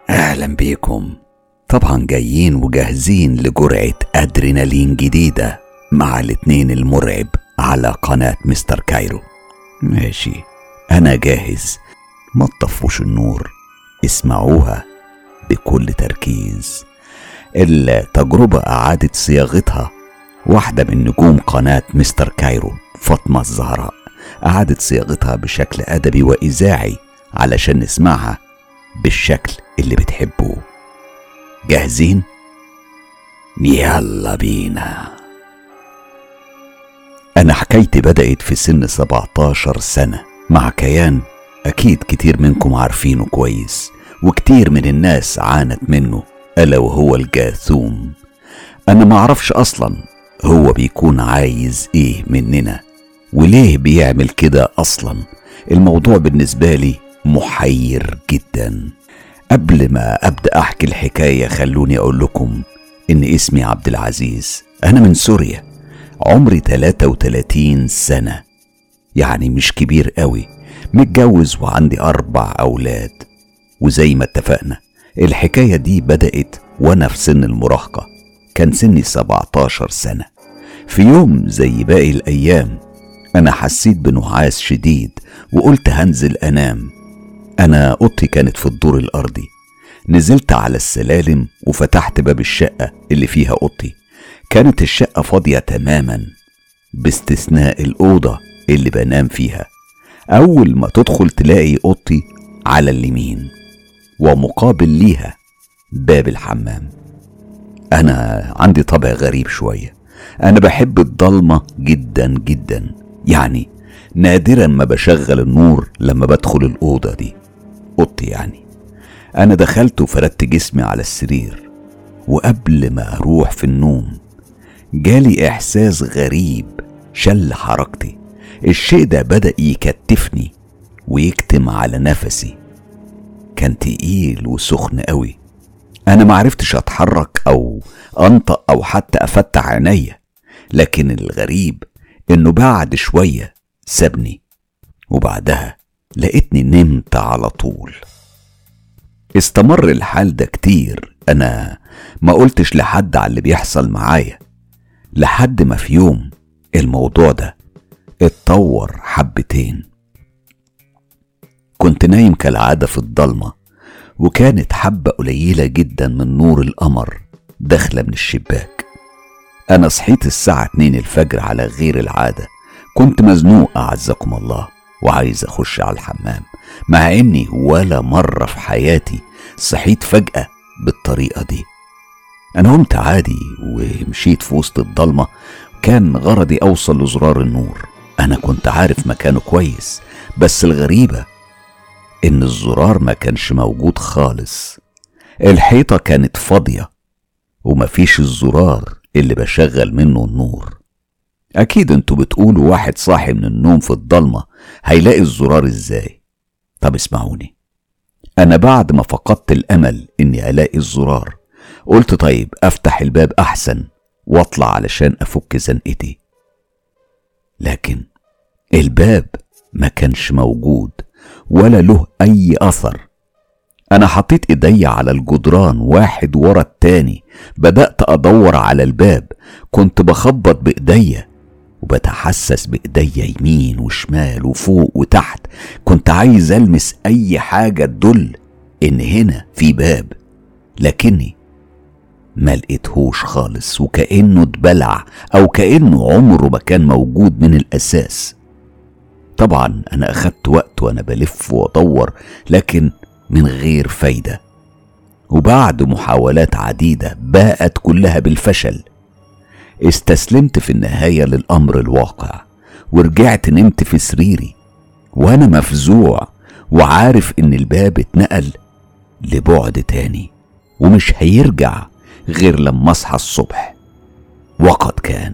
أهلا بيكم. طبعا جايين وجاهزين لجرعة أدرينالين جديدة مع الاتنين المرعب على قناة مستر كايرو. ماشي، أنا جاهز. ما تطفوش النور، اسمعوها بكل تركيز. التجربة أعادت صياغتها واحدة من نجوم قناة مستر كايرو، فاطمة الزهراء، أعادت صياغتها بشكل أدبي وإذاعي علشان نسمعها بالشكل اللي بتحبوه. جاهزين؟ يلا بينا. أنا حكايتي بدأت في سن 17 سنة مع كيان أكيد كتير منكم عارفينه كويس، وكتير من الناس عانت منه، ألا وهو الجاثوم. أنا معرفش أصلا هو بيكون عايز إيه مننا وليه بيعمل كده أصلا. الموضوع بالنسبة لي محير جدا. قبل ما أبدأ أحكي الحكاية خلوني أقول لكم إن اسمي عبد العزيز، أنا من سوريا، عمري 33 سنة، يعني مش كبير قوي، متجوز وعندي 4 أولاد. وزي ما اتفقنا الحكاية دي بدأت وأنا في سن المراهقة، كان سني 17 سنة. في يوم زي باقي الأيام أنا حسيت بنعاس شديد وقلت هنزل أنام. أنا أوضتي كانت في الدور الأرضي، نزلت على السلالم وفتحت باب الشقة اللي فيها أوضتي. كانت الشقة فاضية تماما باستثناء الأوضة اللي بنام فيها. أول ما تدخل تلاقي أوضتي على اليمين ومقابل ليها باب الحمام. أنا عندي طبع غريب شوية، أنا بحب الضلمة جدا جدا، يعني نادرا ما بشغل النور لما بدخل الأوضة دي، أوضتي يعني. أنا دخلت وفردت جسمي على السرير، وقبل ما أروح في النوم جالي إحساس غريب شل حركتي. الشيء ده بدأ يكتفني ويكتم على نفسي، كان تقيل وسخن قوي. أنا معرفتش أتحرك أو أنطق أو حتى أفتح عينيا، لكن الغريب إنه بعد شوية سابني، وبعدها لقيتني نمت على طول. استمر الحال ده كتير، أنا ما قلتش لحد على اللي بيحصل معايا، لحد ما في يوم الموضوع ده اتطور حبتين. كنت نايم كالعادة في الضلمة، وكانت حبة قليلة جدا من نور القمر داخلة من الشباك. أنا صحيت الساعة 2 الفجر على غير العادة، كنت مزنوق أعزكم الله وعايز أخش على الحمام، مع إني ولا مرة في حياتي صحيت فجأة بالطريقة دي. أنا قمت عادي ومشيت في وسط الضلمة، كان غرضي أوصل لزرار النور. أنا كنت عارف مكانه كويس، بس الغريبة إن الزرار ما كانش موجود خالص. الحيطة كانت فاضية ومفيش الزرار اللي بشغل منه النور. أكيد انتوا بتقولوا واحد صاحي من النوم في الضلمة هيلاقي الزرار ازاي؟ طب اسمعوني، أنا بعد ما فقدت الأمل إني ألاقي الزرار قلت طيب أفتح الباب أحسن واطلع علشان أفك زنقتي. لكن الباب ما كانش موجود ولا له أي أثر. أنا حطيت إيدي على الجدران واحد ورا التاني، بدأت أدور على الباب، كنت بخبط بإيدي وبتحسس بإيدي يمين وشمال وفوق وتحت، كنت عايز ألمس أي حاجة تدل إن هنا في باب، لكني ما لقيتهوش خالص، وكأنه اتبلع أو كأنه عمره ما كان موجود من الأساس. طبعا أنا أخدت وقت وأنا بلف وأدور، لكن من غير فايدة، وبعد محاولات عديدة باءت كلها بالفشل. استسلمت في النهاية للأمر الواقع ورجعت نمت في سريري وأنا مفزوع وعارف إن الباب اتنقل لبعد تاني ومش هيرجع غير لما أصحى الصبح. وقد كان.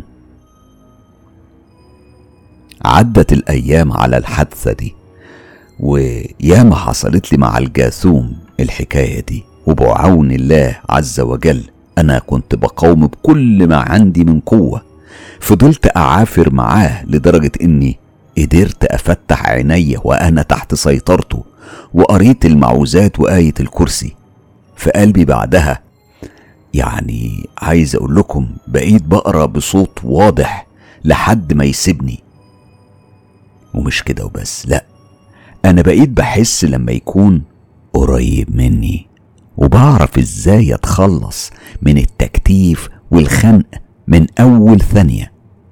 عدت الأيام على الحادثة دي، وياما حصلت لي مع الجاثوم الحكاية دي، وبعون الله عز وجل أنا كنت بقاوم بكل ما عندي من قوة. فضلت أعافر معاه لدرجة إني قدرت أفتح عيني وأنا تحت سيطرته، وقريت المعوذات وآية الكرسي. في قلبي بعدها. يعني عايز اقول لكم بقيت بقرا بصوت واضح لحد ما يسيبني. ومش كده وبس، لا، انا بقيت بحس لما يكون قريب مني، وبعرف ازاي اتخلص من التكتيف والخنق من اول ثانية.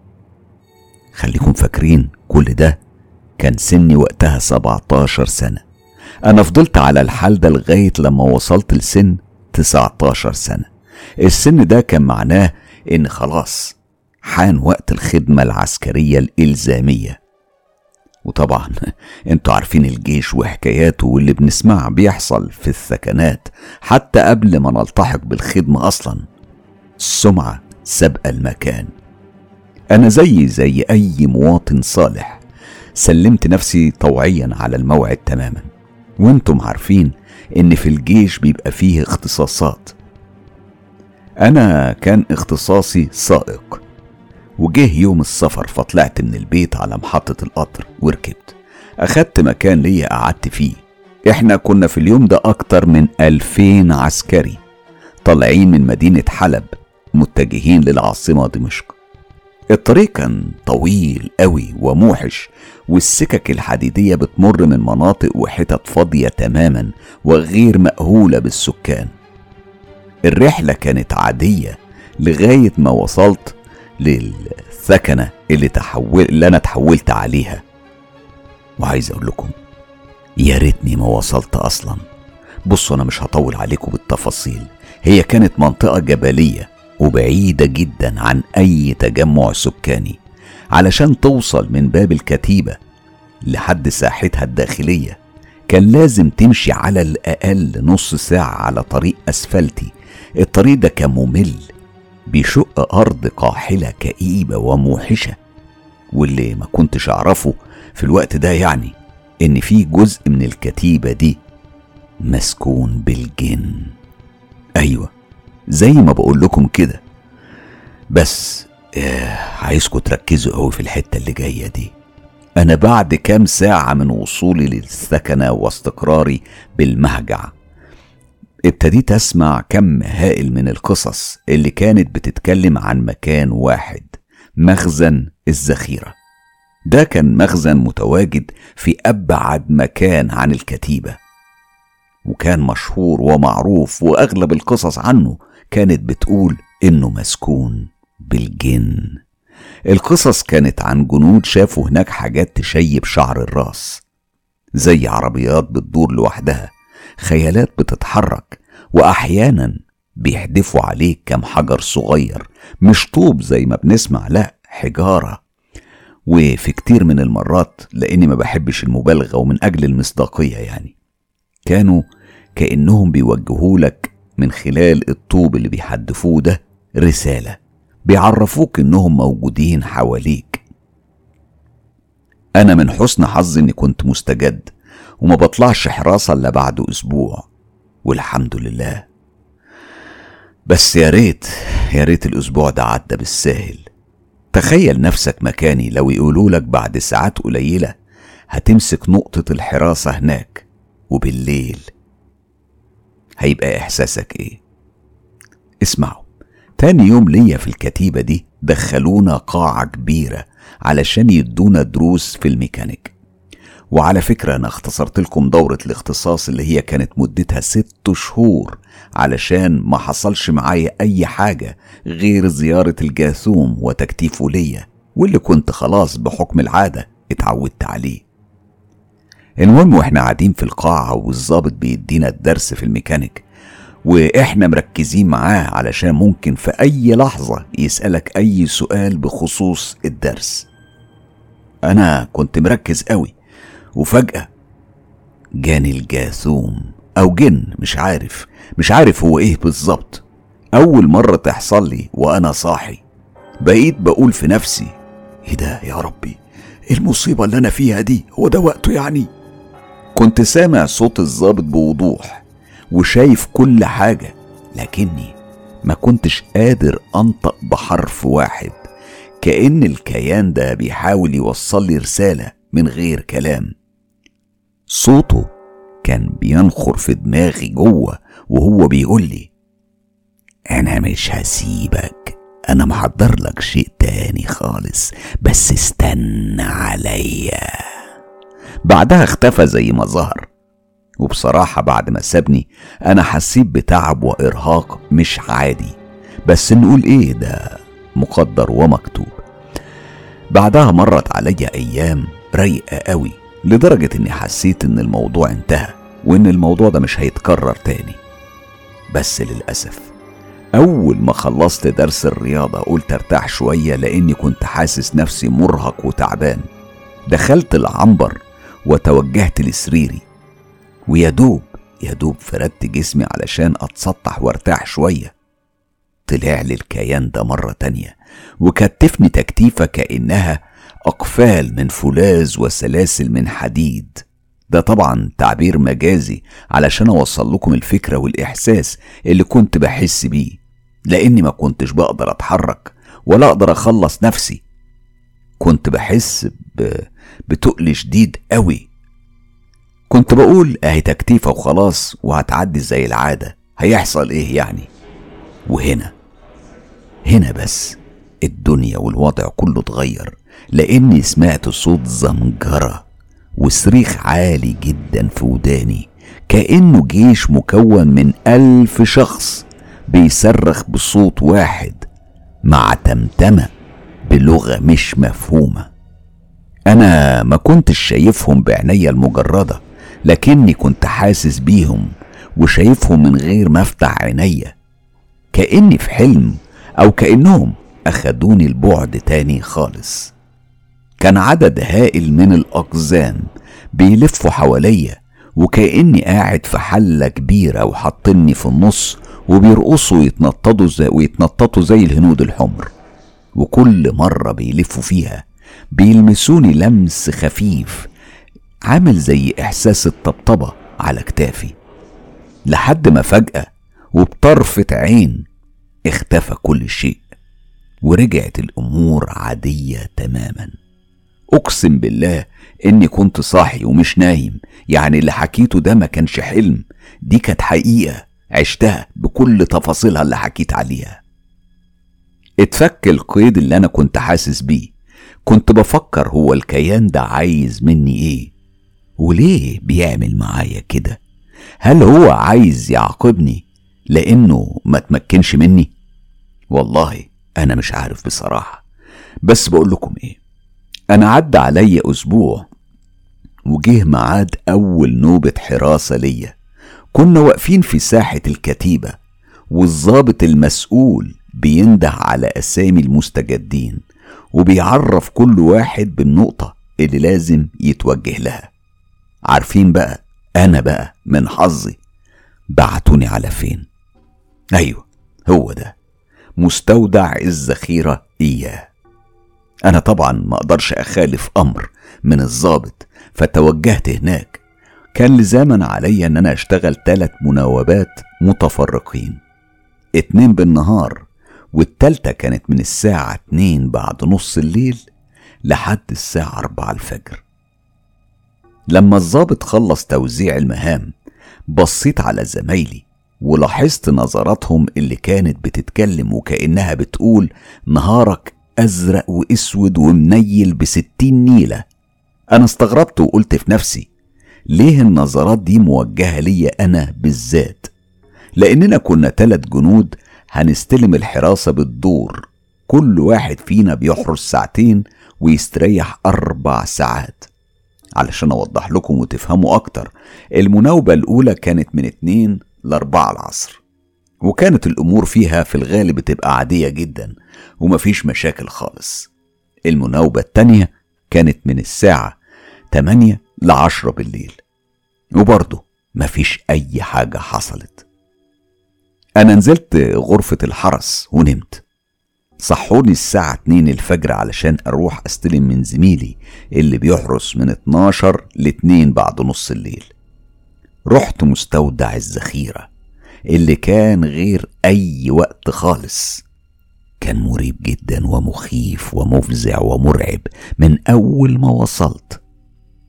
خليكم فاكرين كل ده كان سني وقتها 17 سنة. انا فضلت على الحال ده لغاية لما وصلت لسن 19 سنة. السن ده كان معناه ان خلاص حان وقت الخدمة العسكرية الإلزامية. وطبعا انتوا عارفين الجيش وحكاياته واللي بنسمع بيحصل في الثكنات حتى قبل ما نلتحق بالخدمة اصلا. السمعة سابقة المكان. انا زي اي مواطن صالح سلمت نفسي طوعيا على الموعد تماما. وانتم عارفين ان في الجيش بيبقى فيه اختصاصات. انا كان اختصاصي سائق، وجه يوم السفر فطلعت من البيت على محطة القطر وركبت. اخدت مكان ليا قعدت فيه. احنا كنا في اليوم ده اكتر من 2000 عسكري طالعين من مدينة حلب متجهين للعاصمة دمشق. الطريق كان طويل قوي وموحش، والسكك الحديدية بتمر من مناطق وحتت فاضية تماما وغير مأهولة بالسكان. الرحلة كانت عادية لغاية ما وصلت للثكنة اللي أنا تحولت عليها. وعايز أقول لكم يا ريتني ما وصلت أصلا. بصوا أنا مش هطول عليكم بالتفاصيل. هي كانت منطقة جبلية وبعيدة جدا عن أي تجمع سكاني. علشان توصل من باب الكتيبة لحد ساحتها الداخلية كان لازم تمشي على الأقل نص ساعة على طريق أسفلتي. الطريق ده كان ممل، بيشق أرض قاحلة كئيبة وموحشة. واللي ما كنتش أعرفه في الوقت ده يعني إن في جزء من الكتيبة دي مسكون بالجن. أيوة زي ما بقول لكم كده. بس عايزكم تركزوا قوي في الحتة اللي جاية دي. أنا بعد كام ساعة من وصولي للسكنة واستقراري بالمهجع ابتديت أسمع كم هائل من القصص اللي كانت بتتكلم عن مكان واحد، مخزن الذخيرة. ده كان مخزن متواجد في أبعد مكان عن الكتيبة، وكان مشهور ومعروف، وأغلب القصص عنه كانت بتقول إنه مسكون بالجن. القصص كانت عن جنود شافوا هناك حاجات تشيب شعر الراس، زي عربيات بتدور لوحدها، خيالات بتتحرك، وأحيانا بيحدفوا عليك كم حجر صغير، مش طوب زي ما بنسمع، لا حجارة. وفي كتير من المرات، لأني ما بحبش المبالغة ومن أجل المصداقية يعني، كانوا كأنهم بيوجهوا لك من خلال الطوب اللي بيحدفوه ده رسالة، بيعرفوك إنهم موجودين حواليك. أنا من حسن حظي إني كنت مستجد وما بطلعش حراسة إلا بعد أسبوع، والحمد لله. بس يا ريت الأسبوع ده عدى بالساهل. تخيل نفسك مكاني لو يقولولك بعد ساعات قليلة هتمسك نقطة الحراسة هناك وبالليل، هيبقى إحساسك إيه؟ اسمعوا، تاني يوم ليا في الكتيبة دي دخلونا قاعة كبيرة علشان يدونا دروس في الميكانيك. وعلى فكرة أنا اختصرت لكم دورة الاختصاص اللي هي كانت مدتها 6 شهور علشان ما حصلش معايا أي حاجة غير زيارة الجاثوم وتكتيفه ليا، واللي كنت خلاص بحكم العادة اتعودت عليه. المهم واحنا قاعدين في القاعة والضابط بيدينا الدرس في الميكانيك، واحنا مركزين معاه علشان ممكن في أي لحظة يسألك أي سؤال بخصوص الدرس. أنا كنت مركز قوي، وفجأة جاني الجاثوم أو جن، مش عارف هو إيه بالظبط. أول مرة تحصل لي وأنا صاحي. بقيت بقول في نفسي إيه ده يا ربي، إيه المصيبة اللي أنا فيها دي؟ هو ده وقته يعني؟ كنت سامع صوت الضابط بوضوح وشايف كل حاجة، لكني ما كنتش قادر أنطق بحرف واحد، كأن الكيان ده بيحاول يوصل لي رسالة من غير كلام. صوته كان بينخر في دماغي جوه وهو بيقول لي: أنا مش هسيبك، أنا محضر لك شيء تاني خالص، بس استنى عليا. بعدها اختفى زي ما ظهر. وبصراحة بعد ما سابني أنا حسيت بتعب وإرهاق مش عادي، بس نقول إيه، ده مقدر ومكتوب. بعدها مرت عليا أيام رايقة قوي، لدرجة إني حسيت إن الموضوع انتهى وإن الموضوع ده مش هيتكرر تاني. بس للأسف أول ما خلصت درس الرياضة قلت ارتاح شوية، لأني كنت حاسس نفسي مرهق وتعبان. دخلت العنبر وتوجهت لسريري، ويا دوب فردت جسمي علشان أتسطح وارتاح شوية. طلع لي الكيان ده مرة تانية وكتفني تكتيفة كأنها أقفال من فولاذ وسلاسل من حديد. ده طبعا تعبير مجازي علشان أوصل لكم الفكرة والإحساس اللي كنت بحس بيه، لأني ما كنتش بقدر أتحرك ولا أقدر أخلص نفسي. كنت بحس بتقل شديد قوي. كنت بقول اهي تكتيفة وخلاص وهتعدي زي العادة، هيحصل ايه يعني؟ وهنا بس الدنيا والوضع كله اتغير، لاني سمعت صوت زمجرة وصريخ عالي جدا في وداني، كأنه جيش مكون من 1000 شخص بيصرخ بصوت واحد مع تمتمة بلغة مش مفهومة. انا ما كنتش شايفهم بعينيا المجردة، لكني كنت حاسس بيهم وشايفهم من غير ما افتح عينيا، كأني في حلم او كأنهم اخدوني البعد تاني خالص. كان عدد هائل من الاقزام بيلفوا حواليا، وكأني قاعد في حلة كبيرة وحاطني في النص وبيرقصوا ويتنططوا زي الهنود الحمر. وكل مرة بيلفوا فيها بيلمسوني لمس خفيف عامل زي إحساس الطبطبة على كتافي، لحد ما فجأة وبطرفة عين اختفى كل شيء ورجعت الأمور عادية تماما. أقسم بالله إني كنت صاحي ومش نايم، يعني اللي حكيته ده ما كانش حلم، دي كانت حقيقة عشتها بكل تفاصيلها اللي حكيت عليها. اتفك القيد اللي أنا كنت حاسس بيه. كنت بفكر هو الكيان ده عايز مني ايه، وليه بيعمل معايا كده؟ هل هو عايز يعاقبني لانه ما تمكنش مني؟ والله انا مش عارف بصراحة. بس بقول لكم ايه، انا عدى عليا اسبوع وجه ميعاد اول نوبة حراسة ليا. كنا واقفين في ساحة الكتيبة، والضابط المسؤول بينده على اسامي المستجدين وبيعرف كل واحد بالنقطة اللي لازم يتوجه لها. عارفين بقى انا بقى من حظي بعتوني على فين؟ ايوه هو ده، مستودع الذخيرة اياه. انا طبعا ما اقدرش اخالف امر من الضابط، فتوجهت هناك. كان لزاما عليا ان انا اشتغل 3 مناوبات متفرقين، 2 بالنهار والتالتة كانت من الساعة 2 بعد نص الليل لحد الساعة 4 الفجر. لما الضابط خلص توزيع المهام بصيت على زمايلي ولاحظت نظراتهم اللي كانت بتتكلم وكأنها بتقول نهارك أزرق وإسود ومنيل ب60 نيلة. أنا استغربت وقلت في نفسي ليه النظرات دي موجهة ليا أنا بالذات؟ لأننا كنا 3 جنود هنستلم الحراسة بالدور، كل واحد فينا بيحرس 2 ساعات ويستريح 4 ساعات. علشان أوضح لكم وتفهموا أكتر، المناوبة الأولى كانت من 2 ل4 العصر، وكانت الأمور فيها في الغالب بتبقى عادية جدا ومفيش مشاكل خالص. المناوبة التانية كانت من الساعة 8 ل10 بالليل، وبرضه مفيش أي حاجة حصلت. أنا نزلت غرفة الحرس ونمت. صحوني الساعة 2 الفجر علشان أروح أستلم من زميلي اللي بيحرس من 12 ل2 بعد نص الليل. رحت مستودع الذخيرة اللي كان غير أي وقت خالص. كان مريب جدا ومخيف ومفزع ومرعب من أول ما وصلت.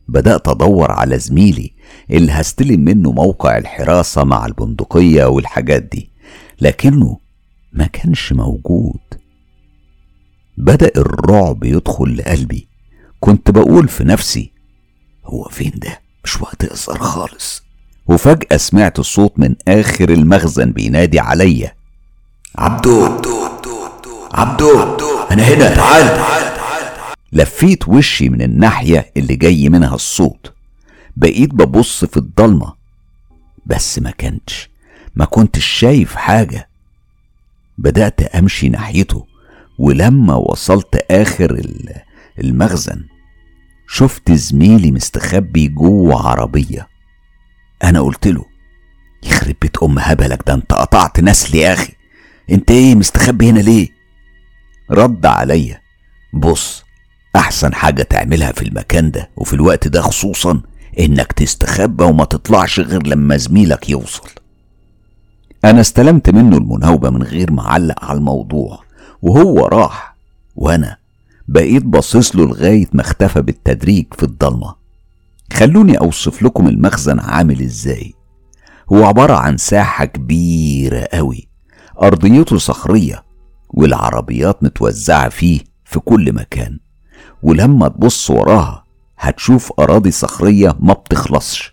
بدأت أدور على زميلي اللي هستلم منه موقع الحراسة مع البندقية والحاجات دي، لكنه ما كانش موجود. بدأ الرعب يدخل لقلبي. كنت بقول في نفسي هو فين ده؟ مش وقت إصرار خالص. وفجأة سمعت الصوت من آخر المخزن بينادي عليا: عبدو عبدو، أنا هنا، تعال. لفيت وشي من الناحية اللي جاي منها الصوت. بقيت ببص في الضلمة بس ما كنتش شايف حاجة. بدأت أمشي ناحيته، ولما وصلت آخر المخزن شفت زميلي مستخبي جوه عربية. أنا قلت له: يخرب بيت أم هبلك ده، أنت قطعت نسلي يا أخي، أنت إيه مستخبي هنا ليه؟ رد عليا: بص، أحسن حاجة تعملها في المكان ده وفي الوقت ده خصوصا إنك تستخبى وما تطلعش غير لما زميلك يوصل. أنا استلمت منه المناوبة من غير ما أعلق على الموضوع، وهو راح وأنا بقيت باصص له لغاية ما اختفى بالتدريج في الضلمة. خلوني أوصف لكم المخزن عامل إزاي. هو عبارة عن ساحة كبيرة قوي، أرضيته صخرية والعربيات متوزعة فيه في كل مكان، ولما تبص وراها هتشوف أراضي صخرية ما بتخلصش.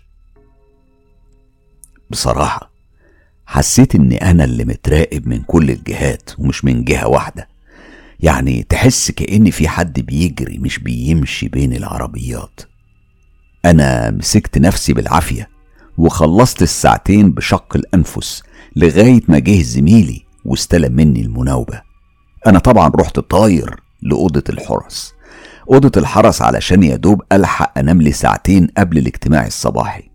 بصراحة حسيت إني أنا اللي متراقب من كل الجهات ومش من جهة واحدة. يعني تحس كأن في حد بيجري مش بيمشي بين العربيات. أنا مسكت نفسي بالعافية وخلصت الساعتين بشق الأنفس لغاية ما جه زميلي واستلم مني المناوبة. أنا طبعا رحت طاير لأوضة الحرس، أوضة الحرس، علشان يدوب ألحق أنام لي ساعتين قبل الاجتماع الصباحي.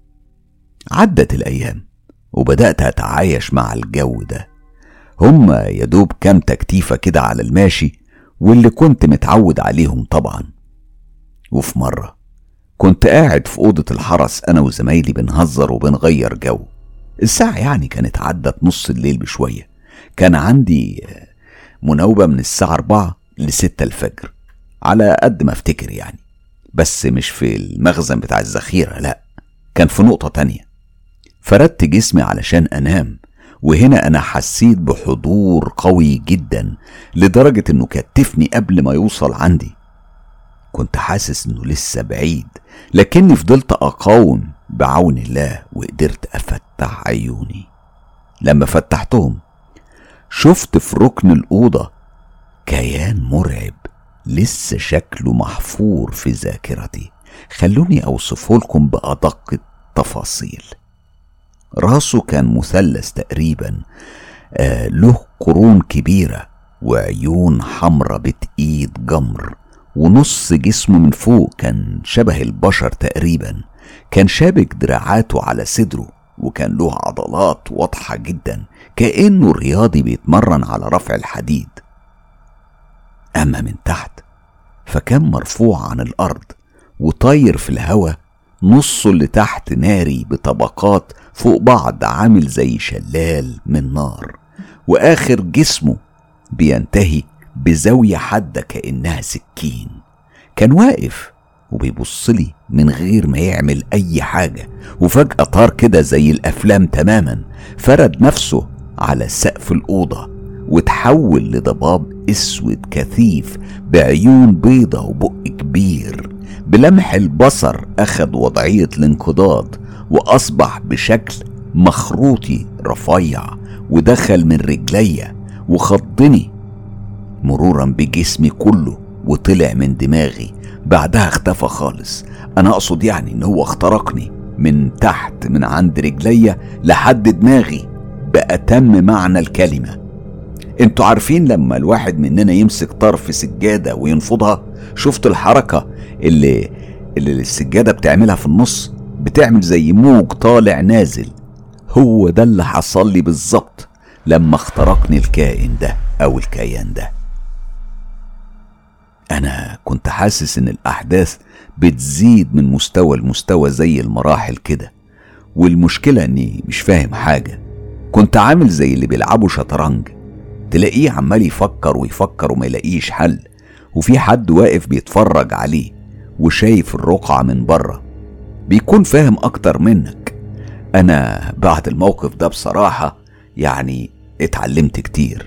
عدت الأيام وبدأت أتعايش مع الجو ده. هما يدوب كام تكتيفة كده على الماشي واللي كنت متعود عليهم طبعا. وفي مرة كنت قاعد في أوضة الحرس أنا وزمايلي بنهزر وبنغير جو. الساعة يعني كانت عدت نص الليل بشوية. كان عندي مناوبة من الساعة 4 ل6 الفجر على قد ما افتكر يعني، بس مش في المخزن بتاع الذخيرة، لا، كان في نقطة تانية. فردت جسمي علشان أنام، وهنا أنا حسيت بحضور قوي جدا لدرجة إنه كتفني قبل ما يوصل عندي. كنت حاسس إنه لسه بعيد، لكني فضلت أقاوم بعون الله وقدرت أفتح عيوني. لما فتحتهم شفت في ركن الأوضة كيان مرعب لسه شكله محفور في ذاكرتي. خلوني أوصفه لكم بأدق التفاصيل. راسه كان مثلث تقريبا، له قرون كبيرة وعيون حمرة بتقيد جمر، ونص جسمه من فوق كان شبه البشر تقريبا. كان شابك دراعاته على صدره وكان له عضلات واضحة جدا كأنه رياضي بيتمرن على رفع الحديد. أما من تحت فكان مرفوع عن الأرض وطاير في الهواء، نصه اللي تحت ناري بطبقات فوق بعض عامل زي شلال من نار، وآخر جسمه بينتهي بزاوية حادة كأنها سكين. كان واقف وبيبصلي من غير ما يعمل أي حاجة، وفجأة طار كده زي الأفلام تماما، فرد نفسه على سقف الأوضة وتحول لضباب اسود كثيف بعيون بيضة وبق كبير. بلمح البصر أخذ وضعية الانقضاض وأصبح بشكل مخروطي رفيع، ودخل من رجلي وخضني مرورا بجسمي كله وطلع من دماغي. بعدها اختفى خالص. أنا أقصد يعني إن هو اخترقني من تحت من عند رجلي لحد دماغي بأتم معنى الكلمة. انتوا عارفين لما الواحد مننا يمسك طرف سجادة وينفضها؟ شفت الحركة اللي السجادة بتعملها في النص؟ بتعمل زي موج طالع نازل. هو ده اللي حصل لي بالظبط لما اخترقني الكائن ده أو الكيان ده. أنا كنت حاسس إن الأحداث بتزيد من مستوى لمستوى زي المراحل كده، والمشكلة إني مش فاهم حاجة. كنت عامل زي اللي بيلعبوا شطرنج، تلاقيه عمال يفكر ويفكر وما يلاقيش حل، وفي حد واقف بيتفرج عليه وشايف الرقعة من بره، بيكون فاهم أكتر منك. أنا بعد الموقف ده بصراحة يعني اتعلمت كتير.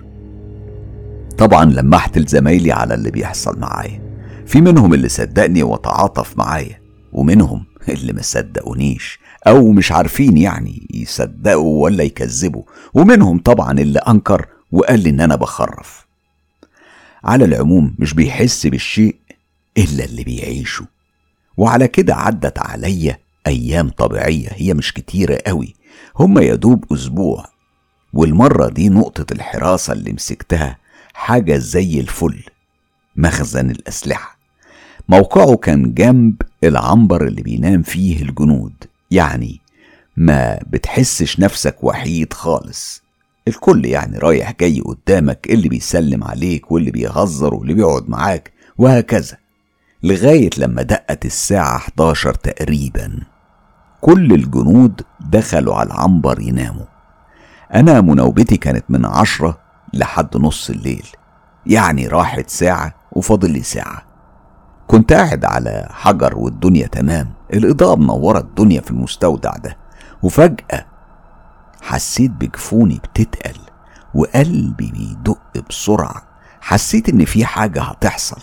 طبعا لمحت لزمايلي على اللي بيحصل معايا، في منهم اللي صدقني وتعاطف معايا، ومنهم اللي ما صدقونيش أو مش عارفين يعني يصدقوا ولا يكذبوا، ومنهم طبعا اللي أنكر وقال لي إن أنا بخرف. على العموم مش بيحس بالشيء إلا اللي بيعيشه. وعلى كده عدت عليا أيام طبيعية، هي مش كتيرة قوي، هم يدوب أسبوع. والمرة دي نقطة الحراسة اللي مسكتها حاجة زي الفل، مخزن الأسلحة. موقعه كان جنب العنبر اللي بينام فيه الجنود، يعني ما بتحسش نفسك وحيد خالص. الكل يعني رايح جاي قدامك، اللي بيسلم عليك واللي بيهزر واللي بيقعد معاك وهكذا، لغاية لما دقت الساعة 11 تقريبا. كل الجنود دخلوا على العنبر يناموا. أنا مناوبتي كانت من 10 لحد نص الليل، يعني راحت ساعة وفاضل لي ساعة. كنت قاعد على حجر والدنيا تمام، الإضاءة منورة الدنيا في المستودع ده، وفجأة حسيت بجفوني بتتقل وقلبي بيدق بسرعة. حسيت إن في حاجة هتحصل،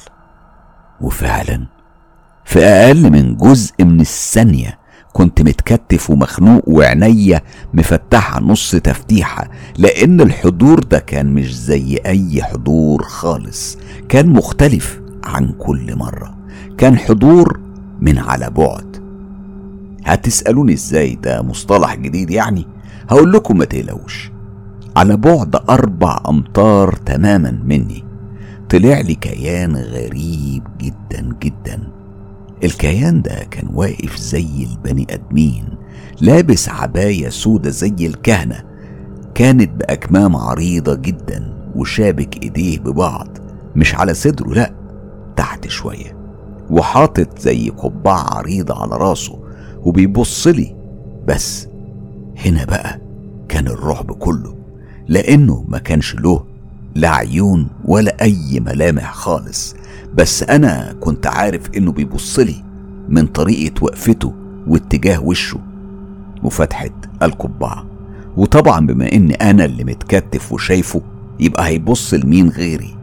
وفعلا في أقل من جزء من الثانية كنت متكتف ومخنوق وعينيا مفتحة نص تفتيحة، لأن الحضور ده كان مش زي أي حضور خالص، كان مختلف عن كل مرة، كان حضور من على بعد. هتسألوني ازاي، ده مصطلح جديد يعني؟ هقول لكم ما تقلقوش. على بعد 4 أمتار تماما مني طلع لي كيان غريب جدا جدا. الكيان ده كان واقف زي البني آدمين، لابس عباية سودة زي الكهنة، كانت بأكمام عريضة جدا، وشابك ايديه ببعض، مش على صدره لأ، تحت شوية، وحاطط زي قبعة عريضة على راسه وبيبص لي. بس هنا بقى كان الرعب كله، لأنه ما كانش له لا عيون ولا أي ملامح خالص، بس أنا كنت عارف إنه بيبص لي من طريقة وقفته واتجاه وشه وفتحة القبعة. وطبعا بما إن أنا اللي متكتف وشايفه، يبقى هيبص لمين غيري؟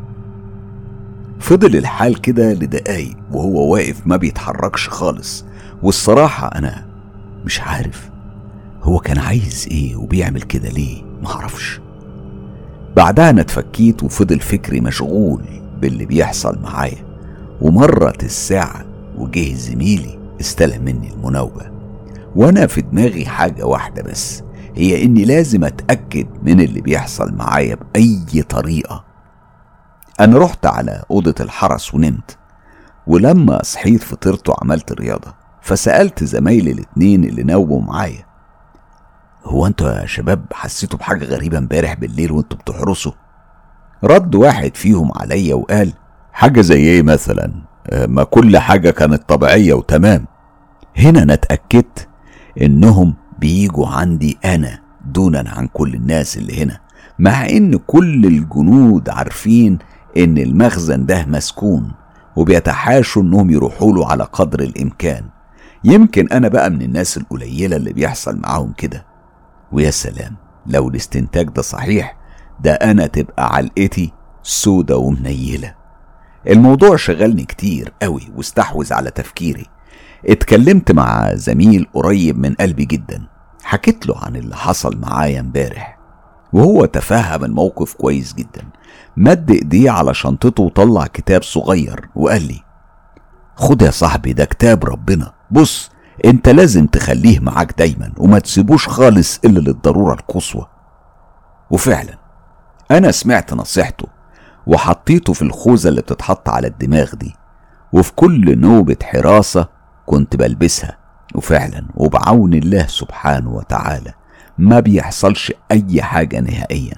فضل الحال كده لدقايق وهو واقف ما بيتحركش خالص، والصراحة أنا مش عارف هو كان عايز إيه وبيعمل كده ليه، معرفش. بعدها أنا اتفكيت وفضل فكري مشغول باللي بيحصل معايا، ومرت الساعة وجه زميلي استلم مني المناوبة، وأنا في دماغي حاجة واحدة بس، هي إني لازم أتأكد من اللي بيحصل معايا بأي طريقة. أنا رحت على أوضة الحرس ونمت، ولما صحيت فطرت وعملت رياضة، فسألت زمايلي الاتنين اللي ناوبوا معايا: هو انتوا يا شباب حسيتوا بحاجة غريبة امبارح بالليل وانتوا بتحرسوا؟ رد واحد فيهم عليا وقال: حاجة زي ايه مثلا؟ ما كل حاجة كانت طبيعية وتمام. هنا انا اتأكدت انهم بيجوا عندي انا دونا عن كل الناس اللي هنا، مع ان كل الجنود عارفين ان المخزن ده مسكون وبيتحاشوا انهم يروحوا له على قدر الامكان. يمكن انا بقى من الناس القليلة اللي بيحصل معاهم كده. ويا سلام لو الاستنتاج ده صحيح، ده انا تبقى علقتي سودة ومنيلة. الموضوع شغلني كتير قوي واستحوذ على تفكيري. اتكلمت مع زميل قريب من قلبي جدا، حكيت له عن اللي حصل معايا امبارح، وهو تفهم الموقف كويس جدا. مد ايديه على شنطته وطلع كتاب صغير وقال لي: خد يا صاحبي، ده كتاب ربنا، بص انت لازم تخليه معاك دايما وما تسيبوش خالص الا للضرورة القصوى. وفعلا انا سمعت نصيحته وحطيته في الخوذة اللي بتتحط على الدماغ دي، وفي كل نوبة حراسة كنت بلبسها، وفعلا وبعون الله سبحانه وتعالى ما بيحصلش اي حاجة نهائيا.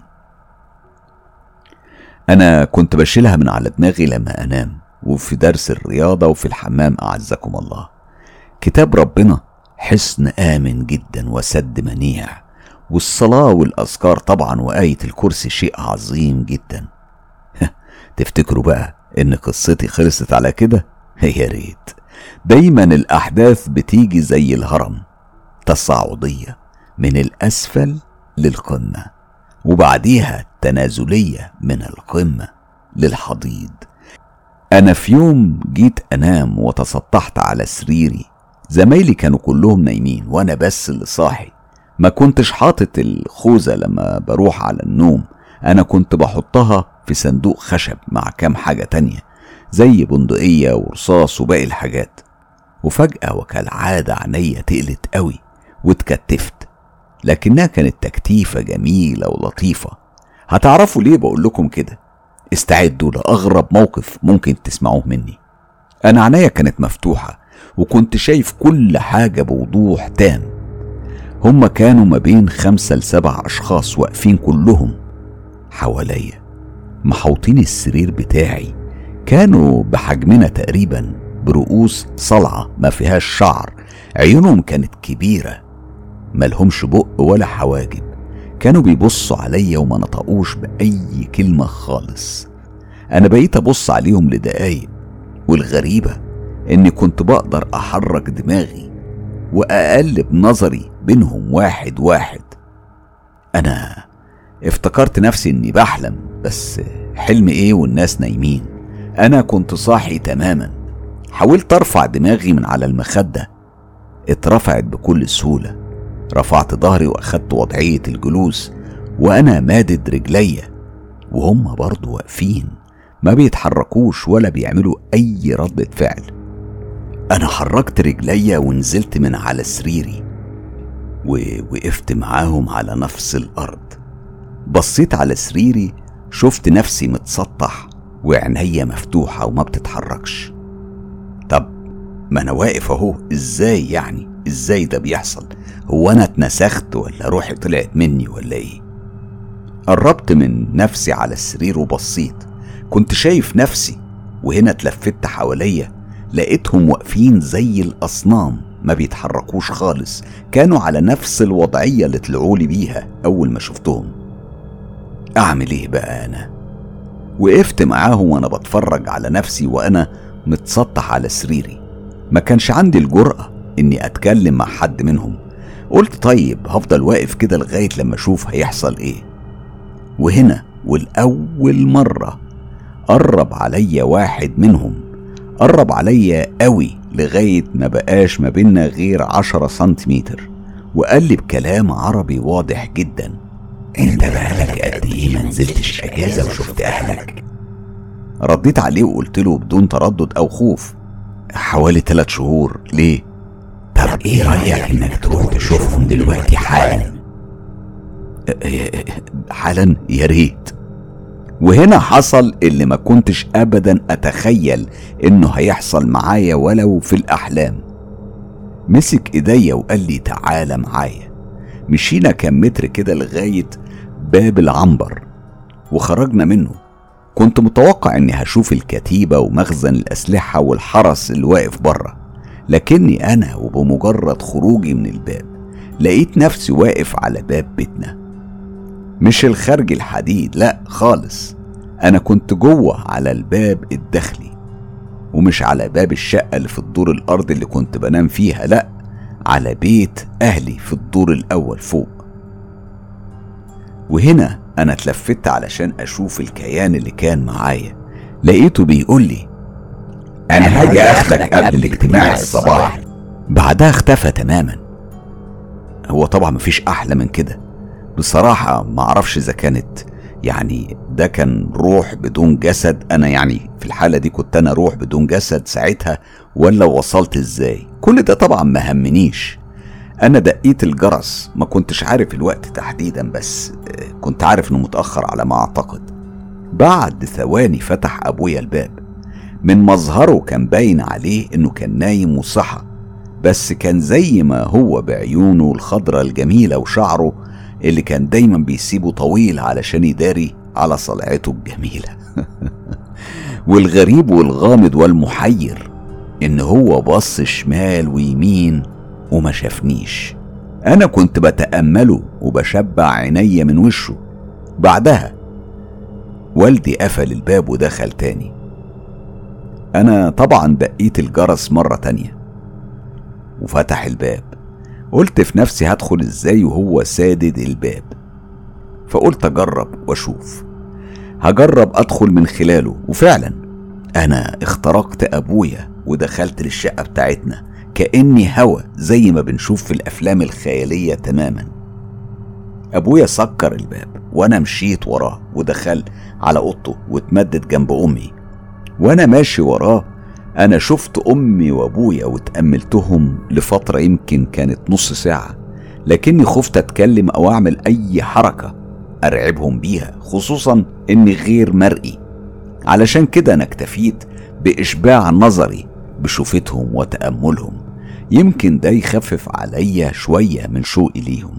انا كنت بشيلها من على دماغي لما انام، وفي درس الرياضة وفي الحمام اعزكم الله. كتاب ربنا حصن آمن جدا وسد منيع، والصلاة والأذكار طبعا وآية الكرسي شيء عظيم جدا. تفتكروا بقى إن قصتي خلصت على كده؟ يا ريت، دايما الأحداث بتيجي زي الهرم، تصاعدية من الأسفل للقمة، وبعديها تنازلية من القمة للحضيض. أنا في يوم جيت أنام وتسطحت على سريري، زمايلي كانوا كلهم نايمين وأنا بس اللي صاحي. ما كنتش حاطط الخوذة لما بروح على النوم، أنا كنت بحطها في صندوق خشب مع كام حاجة تانية زي بندقية ورصاص وباقي الحاجات. وفجأة وكالعادة عينيا تقلت قوي واتكتفت، لكنها كانت تكتيفة جميلة ولطيفة. هتعرفوا ليه بقول لكم كده؟ استعدوا لأغرب موقف ممكن تسمعوه مني. أنا عينيا كانت مفتوحة وكنت شايف كل حاجة بوضوح تام. هما كانوا ما بين 5 ل7 أشخاص واقفين كلهم حواليا، محوطين السرير بتاعي. كانوا بحجمنا تقريبا، برؤوس صلعة ما فيهاش شعر، عيونهم كانت كبيرة، ملهمش بق ولا حواجب. كانوا بيبصوا عليا وما نطقوش بأي كلمة خالص. أنا بقيت أبص عليهم لدقايق، والغريبة إني كنت بقدر أحرك دماغي وأقلب نظري بينهم واحد واحد. أنا افتكرت نفسي إني بحلم، بس حلم إيه والناس نايمين؟ أنا كنت صاحي تماما. حاولت أرفع دماغي من على المخدة، اترفعت بكل سهولة. رفعت ظهري وأخدت وضعية الجلوس وأنا مادد رجليا، وهم برضو واقفين ما بيتحركوش ولا بيعملوا أي ردة فعل. أنا حركت رجليا ونزلت من على سريري ووقفت معاهم على نفس الأرض. بصيت على سريري، شفت نفسي متسطح وعينيا مفتوحة وما بتتحركش. طب ما أنا واقف أهو، إزاي يعني؟ إزاي ده بيحصل؟ هو أنا اتنسخت ولا روحي طلعت مني ولا إيه؟ قربت من نفسي على السرير وبصيت، كنت شايف نفسي. وهنا اتلفت حواليا، لقيتهم واقفين زي الأصنام ما بيتحركوش خالص. كانوا على نفس الوضعية اللي طلعولي بيها أول ما شفتهم. أعمل إيه بقى أنا؟ وقفت معاهم وأنا بتفرج على نفسي وأنا متسطح على سريري. ما كانش عندي الجرأة إني أتكلم مع حد منهم. قلت طيب هفضل واقف كده لغاية لما أشوف هيحصل إيه. وهنا والأول مرة قرب عليا واحد منهم، قرب عليا قوي لغاية ما بقاش ما بيننا غير 10 سنتيمتر، وقال لي بكلام عربي واضح جدا: انت بقالك قد ايه ما نزلتش اجازة وشفت اهلك؟ رديت عليه وقلت له بدون تردد او خوف: حوالي 3 شهور. ليه؟ طب ايه رأيك انك تروح تشوفهم دلوقتي حالا؟ حالا؟ يا ريت. وهنا حصل اللي ما كنتش ابدا اتخيل انه هيحصل معايا ولو في الاحلام. مسك ايديا وقال لي تعالى معايا. مشينا كام متر كده لغاية باب العنبر وخرجنا منه. كنت متوقع اني هشوف الكتيبة ومخزن الاسلحة والحرس اللي واقف بره، لكني انا وبمجرد خروجي من الباب لقيت نفسي واقف على باب بيتنا. مش الخارج الحديد، لا خالص، انا كنت جوه على الباب الداخلي، ومش على باب الشقة اللي في الدور الارض اللي كنت بنام فيها، لا، على بيت اهلي في الدور الاول فوق. وهنا انا اتلفت علشان اشوف الكيان اللي كان معايا. لقيته بيقول لي: انا هاجي اخدك قبل الاجتماع الصباحي. بعدها اختفى تماما. هو طبعا مفيش احلى من كده بصراحة. معرفش اذا كانت يعني ده كان روح بدون جسد، انا يعني في الحالة دي كنت انا روح بدون جسد ساعتها، ولا وصلت ازاي. كل ده طبعا ما همنيش. انا دقيت الجرس، ما كنتش عارف الوقت تحديدا، بس كنت عارف انه متأخر على ما اعتقد. بعد ثواني فتح ابويا الباب. من مظهره كان باين عليه انه كان نايم وصحى، بس كان زي ما هو بعيونه الخضرة الجميلة وشعره اللي كان دايما بيسيبه طويل علشان يداري على صلعته الجميلة. والغريب والغامض والمحير ان هو بص شمال ويمين وما شافنيش. انا كنت بتأمله وبشبع عيني من وشه. بعدها والدي قفل الباب ودخل تاني. أنا طبعا دقيت الجرس مرة تانية وفتح الباب. قلت في نفسي هدخل ازاي وهو سادد الباب، فقلت اجرب واشوف، هجرب ادخل من خلاله. وفعلا انا اخترقت ابويا ودخلت للشقة بتاعتنا كأني هوا زي ما بنشوف في الافلام الخيالية تماما. ابويا سكر الباب وانا مشيت وراه ودخل على اوضته واتمدد جنب امي. وانا ماشي وراه انا شفت امي وابويا واتأملتهم لفترة يمكن كانت نص ساعة، لكني خفت اتكلم او اعمل اي حركة ارعبهم بيها، خصوصا اني غير مرئي. علشان كده انا اكتفيت باشباع نظري بشوفتهم وتأملهم، يمكن ده يخفف عليا شوية من شوقي ليهم.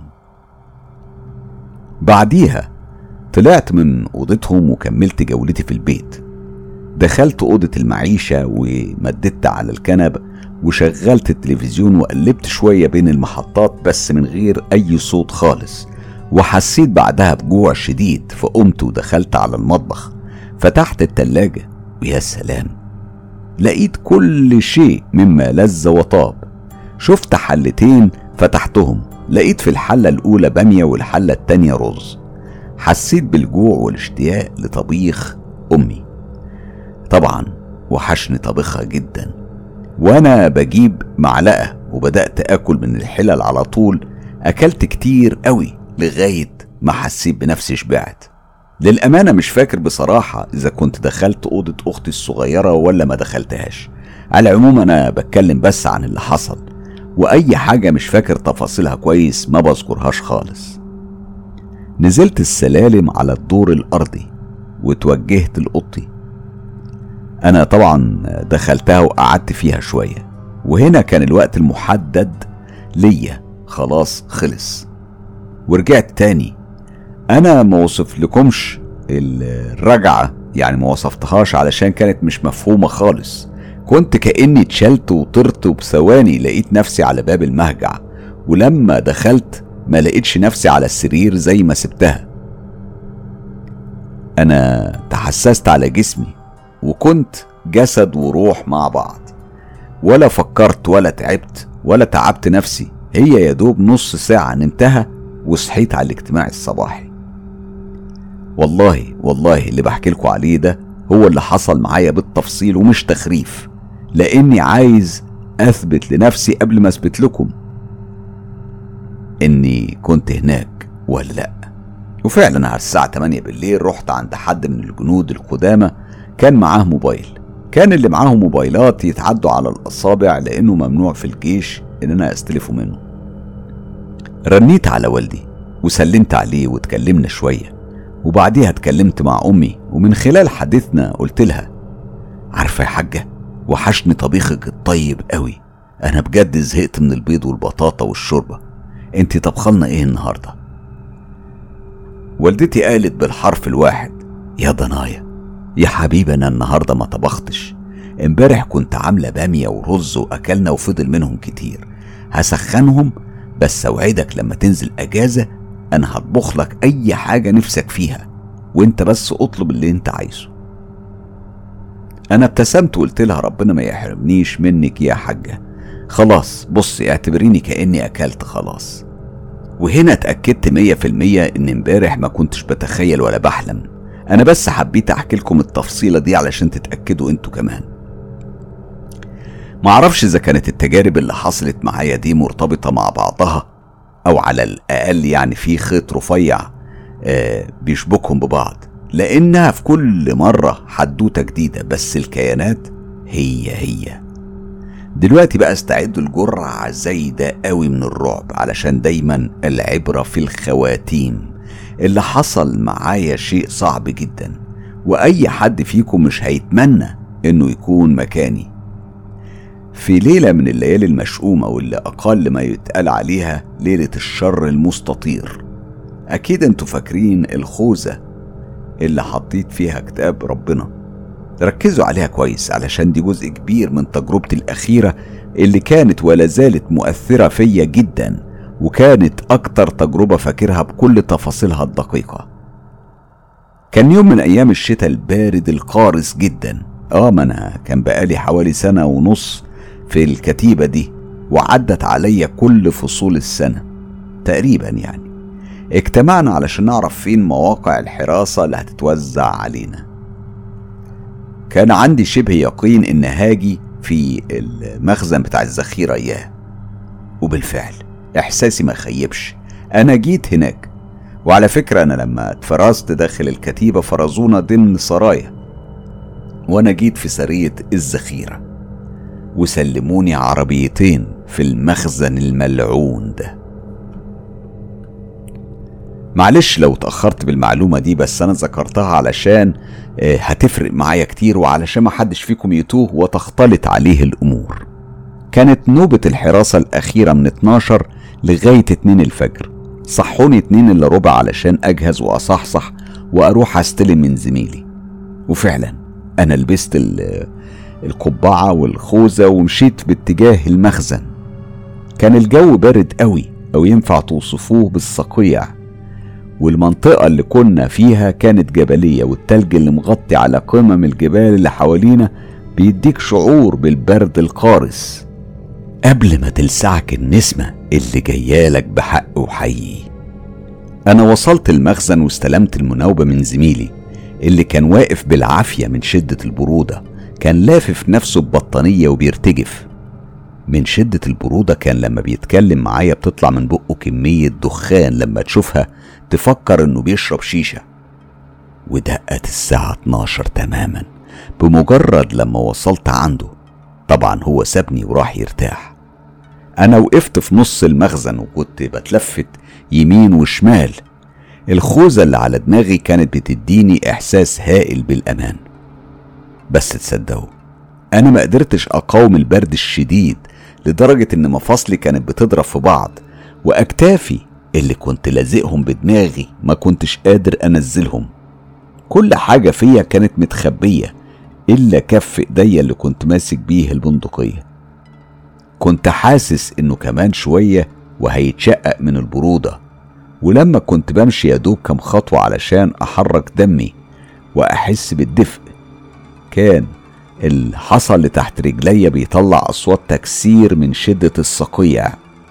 بعديها طلعت من اوضتهم وكملت جولتي في البيت. دخلت اوضة المعيشة ومددت على الكنبة وشغلت التلفزيون وقلبت شوية بين المحطات بس من غير اي صوت خالص، وحسيت بعدها بجوع شديد، فقمت ودخلت على المطبخ. فتحت التلاجة ويا سلام، لقيت كل شيء مما لذ وطاب. شفت حلتين فتحتهم، لقيت في الحلة الأولى بامية والحلة التانية رز. حسيت بالجوع والاشتياق لطبيخ أمي، طبعا وحشني طبخها جدا. وانا بجيب معلقة وبدأت اكل من الحلل على طول. اكلت كتير قوي لغاية ما حسيت بنفسي شبعت. للأمانة مش فاكر بصراحة اذا كنت دخلت اوضة اختي الصغيرة ولا ما دخلتهاش. على العموم انا بتكلم بس عن اللي حصل، واي حاجة مش فاكر تفاصيلها كويس ما بذكرهاش خالص. نزلت السلالم على الدور الارضي وتوجهت لأوضتي. انا طبعا دخلتها وقعدت فيها شوية، وهنا كان الوقت المحدد ليا خلاص خلص. ورجعت تاني. انا ما وصف لكمش الرجعة، يعني ما وصفتهاش علشان كانت مش مفهومة خالص. كنت كأني اتشلت وطرت، وبثواني لقيت نفسي على باب المهجع، ولما دخلت ما لقيتش نفسي على السرير زي ما سبتها. انا تحسست على جسمي وكنت جسد وروح مع بعض، ولا فكرت ولا تعبت ولا تعبت نفسي. هي يدوب نص ساعة نمتها وصحيت على الاجتماع الصباحي. والله اللي بحكي لكم عليه ده هو اللي حصل معايا بالتفصيل ومش تخريف، لاني عايز اثبت لنفسي قبل ما اثبت لكم اني كنت هناك ولا لا. وفعلا على الساعة 8 بالليل رحت عند حد من الجنود القدامى كان معاه موبايل. كان اللي معاه موبايلات يتعدوا على الأصابع لأنه ممنوع في الجيش إن أنا أستلفه منه. رنيت على والدي وسلمت عليه واتكلمنا شوية، وبعديها اتكلمت مع أمي، ومن خلال حديثنا قلت لها: عارفة يا حاجة، وحشني طبيخك الطيب قوي. أنا بجد زهقت من البيض والبطاطا والشوربة. انتي طبخلنا ايه النهاردة؟ والدتي قالت بالحرف الواحد: يا ضنايا يا حبيبي، انا النهاردة ما طبختش. امبارح كنت عاملة بامية ورز واكلنا وفضل منهم كتير، هسخنهم، بس اوعدك لما تنزل اجازة انا هطبخ لك اي حاجة نفسك فيها، وانت بس اطلب اللي انت عايزه. انا ابتسمت وقلت لها: ربنا ما يحرمنيش منك يا حاجة، خلاص بصي اعتبريني كأني اكلت خلاص. وهنا اتأكدت 100% ان امبارح ما كنتش بتخيل ولا بحلم. انا بس حبيت احكي لكم التفصيلة دي علشان تتأكدوا انتوا كمان. معرفش اذا كانت التجارب اللي حصلت معايا دي مرتبطة مع بعضها، او على الاقل يعني في خيط رفيع بيشبكهم ببعض، لانها في كل مرة حدوتة جديدة، بس الكيانات هي. دلوقتي بقى استعدوا الجرعة زايدة قوي من الرعب، علشان دايما العبرة في الخواتيم. اللي حصل معايا شيء صعب جدا، واي حد فيكم مش هيتمنى انه يكون مكاني. في ليلة من الليالي المشؤومة، واللي اقل ما يتقال عليها ليلة الشر المستطير. اكيد انتوا فاكرين الخوذة اللي حطيت فيها كتاب ربنا. ركزوا عليها كويس، علشان دي جزء كبير من تجربتي الأخيرة اللي كانت ولا زالت مؤثرة فيا جدا، وكانت أكتر تجربة فاكرها بكل تفاصيلها الدقيقة. كان يوم من أيام الشتاء البارد القارس جدا، ما أنا كان بقالي حوالي 1.5 سنة في الكتيبة دي، وعدت عليا كل فصول السنة تقريبا يعني. اجتمعنا علشان نعرف فين مواقع الحراسة اللي هتتوزع علينا. كان عندي شبه يقين ان هاجي في المخزن بتاع الذخيرة اياه، وبالفعل احساسي ما خيبش، انا جيت هناك. وعلى فكرة انا لما اتفرزت داخل الكتيبة فرزونا ضمن سرايا، وانا جيت في سرية الذخيرة وسلموني عربيتين في المخزن الملعون ده. معلش لو اتأخرت بالمعلومة دي، بس انا ذكرتها علشان هتفرق معايا كتير، وعلشان ما حدش فيكم يتوه وتختلط عليه الامور. كانت نوبة الحراسة الاخيرة من 12 لغاية 2 الفجر. صحوني 2 إلا ربع علشان اجهز واصحصح واروح استلم من زميلي. وفعلا انا لبست القبعة والخوذة ومشيت باتجاه المخزن. كان الجو بارد قوي، او ينفع توصفوه بالصقيع، والمنطقة اللي كنا فيها كانت جبلية، والتلج اللي مغطي على قمم الجبال اللي حوالينا بيديك شعور بالبرد القارس قبل ما تلسعك النسمة اللي جايالك بحق وحقيقي. أنا وصلت المخزن واستلمت المناوبة من زميلي اللي كان واقف بالعافية من شدة البرودة. كان لافف نفسه ببطانية وبيرتجف من شدة البرودة. كان لما بيتكلم معايا بتطلع من بقه كمية دخان لما تشوفها تفكر انه بيشرب شيشة. ودقت الساعة 12 تماما بمجرد لما وصلت عنده. طبعا هو سابني وراح يرتاح. انا وقفت في نص المخزن وكنت بتلفت يمين وشمال. الخوذة اللي على دماغي كانت بتديني احساس هائل بالامان. بس تصدقوا انا ما قدرتش اقاوم البرد الشديد لدرجة ان مفاصلي كانت بتضرب في بعض، واكتافي اللي كنت لازقهم بدماغي ما كنتش قادر انزلهم. كل حاجة فيا كانت متخبية الا كف ايديا اللي كنت ماسك بيه البندقية. كنت حاسس انه كمان شوية وهيتشقق من البرودة، ولما كنت بمشي يدوب كم خطوة علشان احرك دمي واحس بالدفء، كان الحصى اللي تحت رجلي بيطلع اصوات تكسير من شدة الصقيع.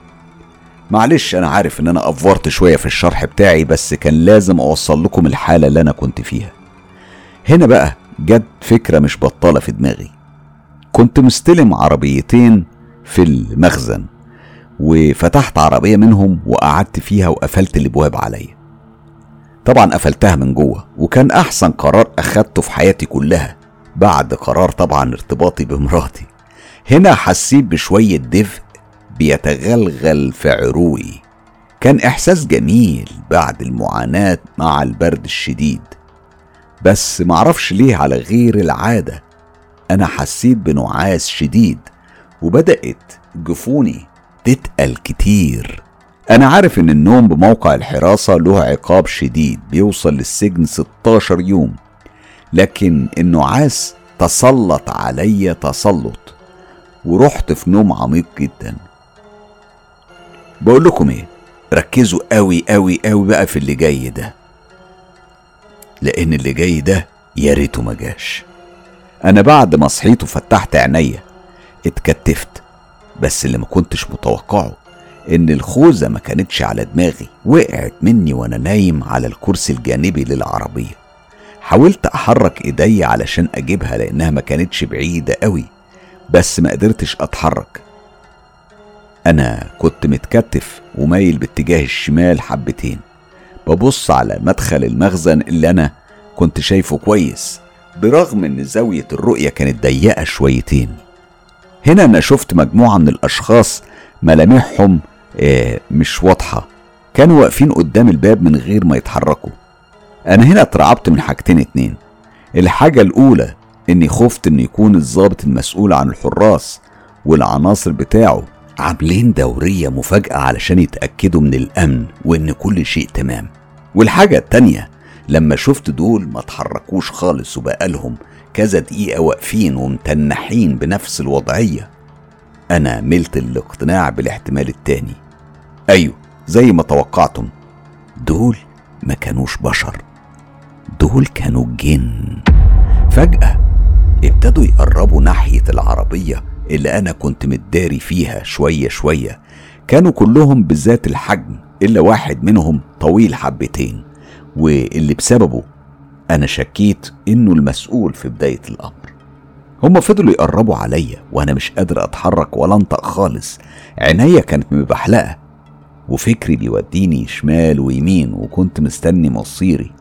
معلش انا عارف ان انا افورت شوية في الشرح بتاعي، بس كان لازم اوصل لكم الحالة اللي انا كنت فيها. هنا بقى جت فكرة مش بطالة في دماغي. كنت مستلم عربيتين في المخزن، وفتحت عربية منهم وقعدت فيها وقفلت الابواب عليا. طبعا قفلتها من جوه، وكان احسن قرار اخدته في حياتي كلها بعد قرار طبعا ارتباطي بمراتي. هنا حسيت بشوية دفء بيتغلغل في عروقي. كان احساس جميل بعد المعاناة مع البرد الشديد، بس معرفش ليه على غير العادة انا حسيت بنعاس شديد، وبدأت جفوني تتقل كتير. انا عارف ان النوم بموقع الحراسة له عقاب شديد بيوصل للسجن 16 يوم، لكن النعاس تسلط عليا تسلط، ورحت في نوم عميق جدا. بقول لكم ايه، ركزوا قوي قوي قوي بقى في اللي جاي ده، لان اللي جاي ده يا ريته ما جاش. انا بعد ما صحيت وفتحت عينيا اتكتفت، بس اللي ما كنتش متوقعه ان الخوذة ما كانتش على دماغي، وقعت مني وانا نايم على الكرسي الجانبي للعربية. حاولت احرك ايدي علشان اجيبها لانها ما كانتش بعيدة قوي، بس ما قدرتش اتحرك. انا كنت متكتف ومايل باتجاه الشمال حبتين، ببص على مدخل المخزن اللي انا كنت شايفه كويس، برغم ان زاوية الرؤية كانت ضيقة شويتين. هنا انا شفت مجموعة من الاشخاص ملامحهم مش واضحة، كانوا واقفين قدام الباب من غير ما يتحركوا. انا هنا اترعبت من حاجتين اتنين. الحاجة الاولى اني خفت ان يكون الضابط المسؤول عن الحراس والعناصر بتاعه عاملين دورية مفاجأة علشان يتأكدوا من الامن وان كل شيء تمام. والحاجة التانية لما شفت دول ما تحركوش خالص وبقالهم كذا دقيقة واقفين ومتنحين بنفس الوضعية، انا ملت الاقتناع بالاحتمال التاني. ايوه زي ما توقعتم، دول ما كانوش بشر، دول كانوا جن. فجأة ابتدوا يقربوا ناحية العربية اللي أنا كنت متداري فيها شوية شوية. كانوا كلهم بذات الحجم إلا واحد منهم طويل حبتين، واللي بسببه أنا شكيت إنه المسؤول في بداية الأمر. هما فضلوا يقربوا عليا وأنا مش قادر أتحرك ولا أنطق خالص، عينيا كانت مبحلقة وفكري بيوديني شمال ويمين، وكنت مستني مصيري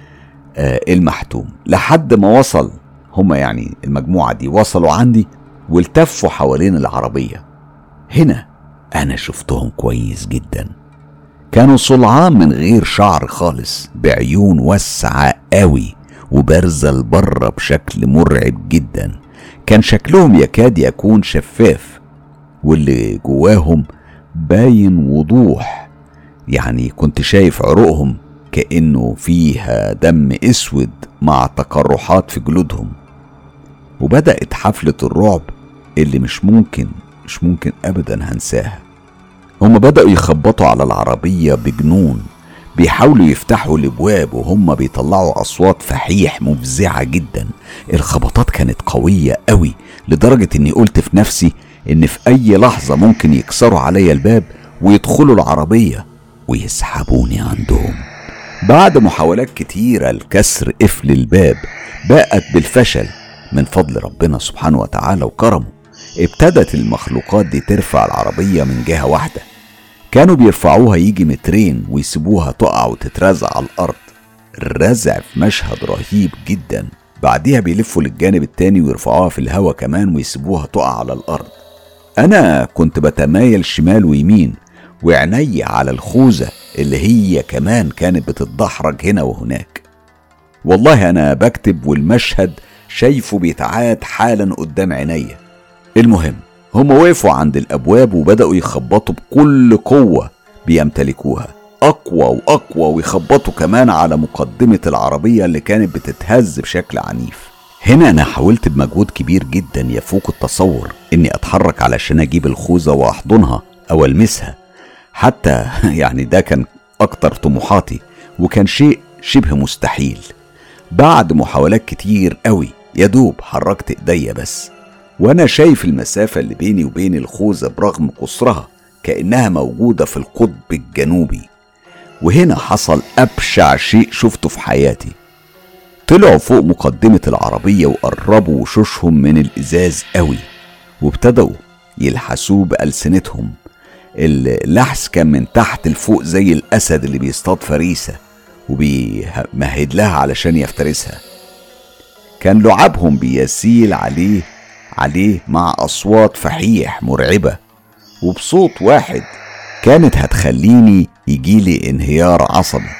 المحتوم لحد ما وصل هما، يعني المجموعة دي وصلوا عندي والتفوا حوالين العربية. هنا أنا شفتهم كويس جدا، كانوا صلعان من غير شعر خالص، بعيون واسعة قوي وبارزة لبره بشكل مرعب جدا. كان شكلهم يكاد يكون شفاف، واللي جواهم باين وضوح، يعني كنت شايف عروقهم كأنه فيها دم اسود مع تقرحات في جلودهم. وبدأت حفلة الرعب اللي مش ممكن ابدا هنساها. هم بدأوا يخبطوا على العربية بجنون، بيحاولوا يفتحوا الابواب وهم بيطلعوا اصوات فحيح مفزعة جدا. الخبطات كانت قوية قوي لدرجة اني قلت في نفسي ان في اي لحظة ممكن يكسروا عليا الباب ويدخلوا العربية ويسحبوني عندهم. بعد محاولات كتيرة لكسر قفل الباب باءت بالفشل من فضل ربنا سبحانه وتعالى وكرمه. ابتدت المخلوقات دي ترفع العربية من جهة واحدة، كانوا بيرفعوها يجي مترين ويسيبوها تقع وتترزع على الأرض. الرزع في مشهد رهيب جدا. بعديها بيلفوا للجانب التاني ويرفعوها في الهواء كمان ويسيبوها تقع على الأرض. أنا كنت بتمايل شمال ويمين وعيني على الخوذة اللي هي كمان كانت بتتدحرج هنا وهناك. والله أنا بكتب والمشهد شايفه بيتعاد حالا قدام عيني. المهم هم وقفوا عند الأبواب وبدأوا يخبطوا بكل قوة بيمتلكوها، أقوى وأقوى، ويخبطوا كمان على مقدمة العربية اللي كانت بتتهز بشكل عنيف. هنا أنا حاولت بمجهود كبير جدا يفوق التصور إني أتحرك علشان أجيب الخوذة وأحضنها أو ألمسها، حتى يعني ده كان أكتر طموحاتي وكان شيء شبه مستحيل. بعد محاولات كتير قوي يدوب حركت إيديا بس، وأنا شايف المسافة اللي بيني وبين الخوذة برغم قصرها كأنها موجودة في القطب الجنوبي. وهنا حصل أبشع شيء شفته في حياتي. طلعوا فوق مقدمة العربية وقربوا وشوشهم من الإزاز قوي وابتدوا يلحسوه بألسنتهم. اللحس كان من تحت لفوق زي الأسد اللي بيصطاد فريسة وبيمهد لها علشان يفترسها. كان لعابهم بيسيل عليه مع أصوات فحيح مرعبة وبصوت واحد كانت هتخليني يجيلي انهيار عصبي.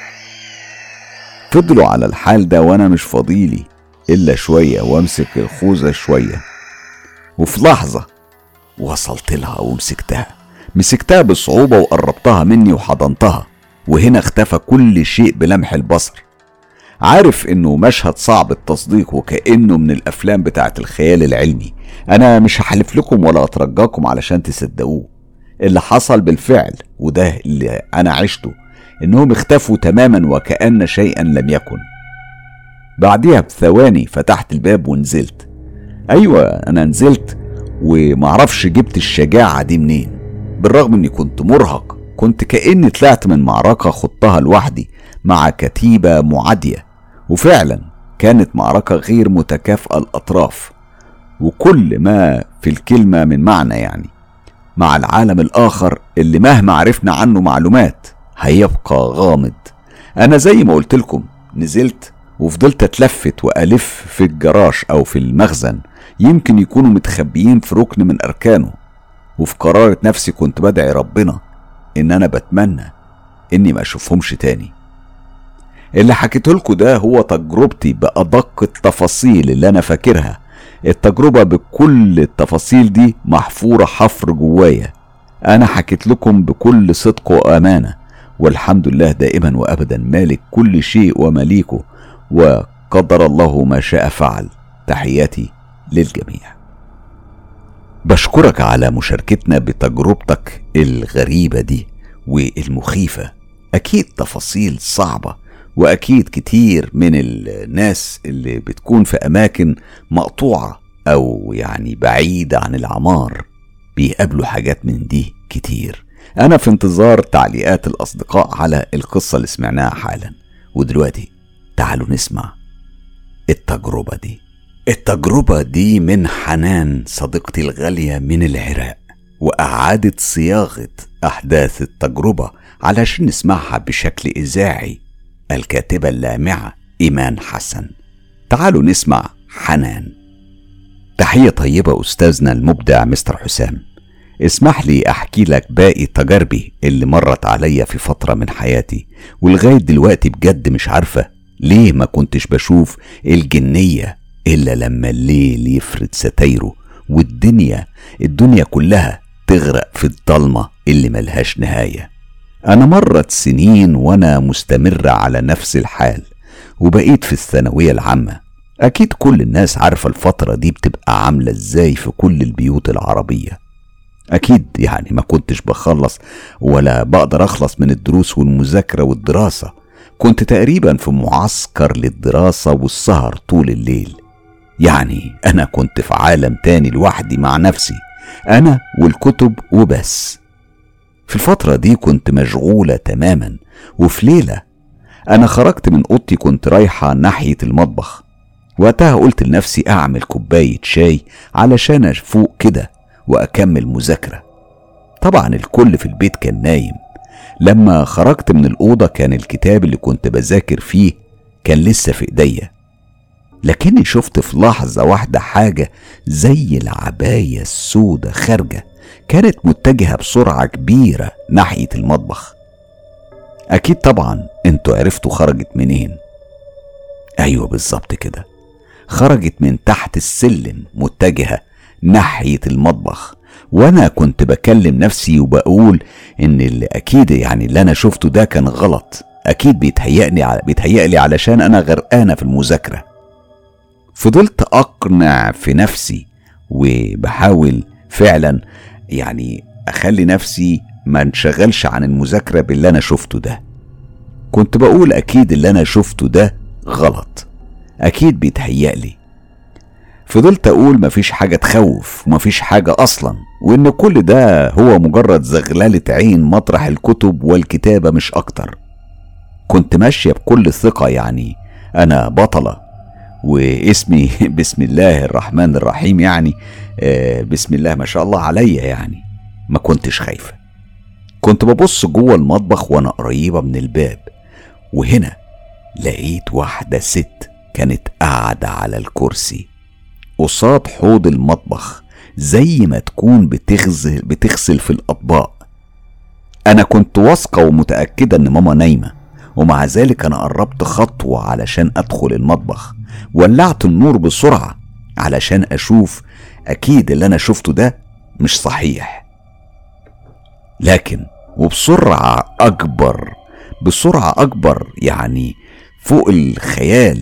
فضلوا على الحال ده وانا مش فاضيلي الا شوية وامسك الخوذة شوية، وفي لحظة وصلت لها مسكتها بصعوبة وقربتها مني وحضنتها. وهنا اختفى كل شيء بلمح البصر. عارف انه مشهد صعب التصديق وكأنه من الافلام بتاعت الخيال العلمي. انا مش هحلف لكم ولا اترجاكم علشان تصدقوه، اللي حصل بالفعل وده اللي انا عشته، انهم اختفوا تماما وكأن شيئا لم يكن. بعدها بثواني فتحت الباب ونزلت. ايوه انا نزلت ومعرفش جبت الشجاعة دي منين، بالرغم اني كنت مرهق، كنت كأني طلعت من معركة خضتها لوحدي مع كتيبة معادية، وفعلا كانت معركة غير متكافئة الأطراف وكل ما في الكلمة من معنى، يعني مع العالم الآخر اللي مهما عرفنا عنه معلومات هيبقى غامض. أنا زي ما قلت لكم نزلت وفضلت أتلفت وألف في الجراج أو في المخزن، يمكن يكونوا متخبيين في ركن من أركانه. وفي قرارة نفسي كنت بدعي ربنا إن أنا بتمنى إني ما أشوفهمش تاني. اللي حكيته لكم ده هو تجربتي بأدق التفاصيل اللي أنا فاكرها. التجربة بكل التفاصيل دي محفورة حفر جوايا. أنا حكيت لكم بكل صدق وأمانة، والحمد لله دائما وأبدا مالك كل شيء ومليكه، وقدر الله ما شاء فعل. تحياتي للجميع. بشكرك على مشاركتنا بتجربتك الغريبة دي والمخيفة. أكيد تفاصيل صعبة وأكيد كتير من الناس اللي بتكون في أماكن مقطوعة أو يعني بعيدة عن العمار بيقابلوا حاجات من دي كتير. أنا في انتظار تعليقات الأصدقاء على القصة اللي سمعناها حالا. ودلوقتي تعالوا نسمع التجربة دي من حنان صديقتي الغالية من العراق، وأعادت صياغة أحداث التجربة علشان نسمعها بشكل إذاعي الكاتبة اللامعة إيمان حسن. تعالوا نسمع حنان. تحية طيبة أستاذنا المبدع مستر حسام. اسمح لي أحكي لك باقي تجاربي اللي مرت عليا في فترة من حياتي، ولغاية دلوقتي بجد مش عارفة ليه ما كنتش بشوف الجنية إلا لما الليل يفرد ستايره والدنيا كلها تغرق في الضلمة اللي ملهاش نهاية. أنا مرت سنين وأنا مستمرة على نفس الحال، وبقيت في الثانوية العامة. أكيد كل الناس عارفة الفترة دي بتبقى عاملة إزاي في كل البيوت العربية. أكيد يعني ما كنتش بخلص ولا بقدر أخلص من الدروس والمذاكرة والدراسة. كنت تقريبا في معسكر للدراسة والسهر طول الليل. يعني أنا كنت في عالم تاني لوحدي مع نفسي، أنا والكتب وبس. في الفترة دي كنت مشغولة تماما. وفي ليلة أنا خرجت من أوضتي، كنت رايحة ناحية المطبخ. وقتها قلت لنفسي أعمل كوباية شاي علشان أفوق كده وأكمل مذاكرة. طبعا الكل في البيت كان نايم. لما خرجت من الأوضة كان الكتاب اللي كنت بذاكر فيه كان لسه في إيديا، لكني شفت في لحظة واحدة حاجة زي العباية السودة خارجة، كانت متجهة بسرعة كبيرة ناحية المطبخ. أكيد طبعا انتوا عرفتوا خرجت منين. أيوة بالظبط كده، خرجت من تحت السلم متجهة ناحية المطبخ. وانا كنت بكلم نفسي وبقول ان اللي انا شفته ده كان غلط. اكيد بيتهيألي علشان انا غرقانة في المذاكرة. فضلت اقنع في نفسي وبحاول فعلا يعني اخلي نفسي ما انشغلش عن المذاكرة باللي انا شفته ده. كنت بقول اكيد اللي انا شفته ده غلط، اكيد بيتهيألي. فضلت اقول مفيش حاجة تخوف ومفيش حاجة اصلا، وان كل ده هو مجرد زغللة عين مطرح الكتب والكتابة مش اكتر. كنت ماشية بكل ثقة، يعني انا بطلة واسمي بسم الله الرحمن الرحيم، يعني بسم الله ما شاء الله عليا. يعني ما كنتش خايفة. كنت ببص جوه المطبخ وانا قريبة من الباب، وهنا لقيت واحدة ست كانت قاعدة على الكرسي قصاد حوض المطبخ زي ما تكون بتغسل في الأطباق. أنا كنت واثقة ومتأكدة إن ماما نايمة، ومع ذلك أنا قربت خطوة علشان أدخل المطبخ. ولعت النور بسرعة علشان أشوف أكيد اللي أنا شفته ده مش صحيح. لكن وبسرعة أكبر يعني فوق الخيال،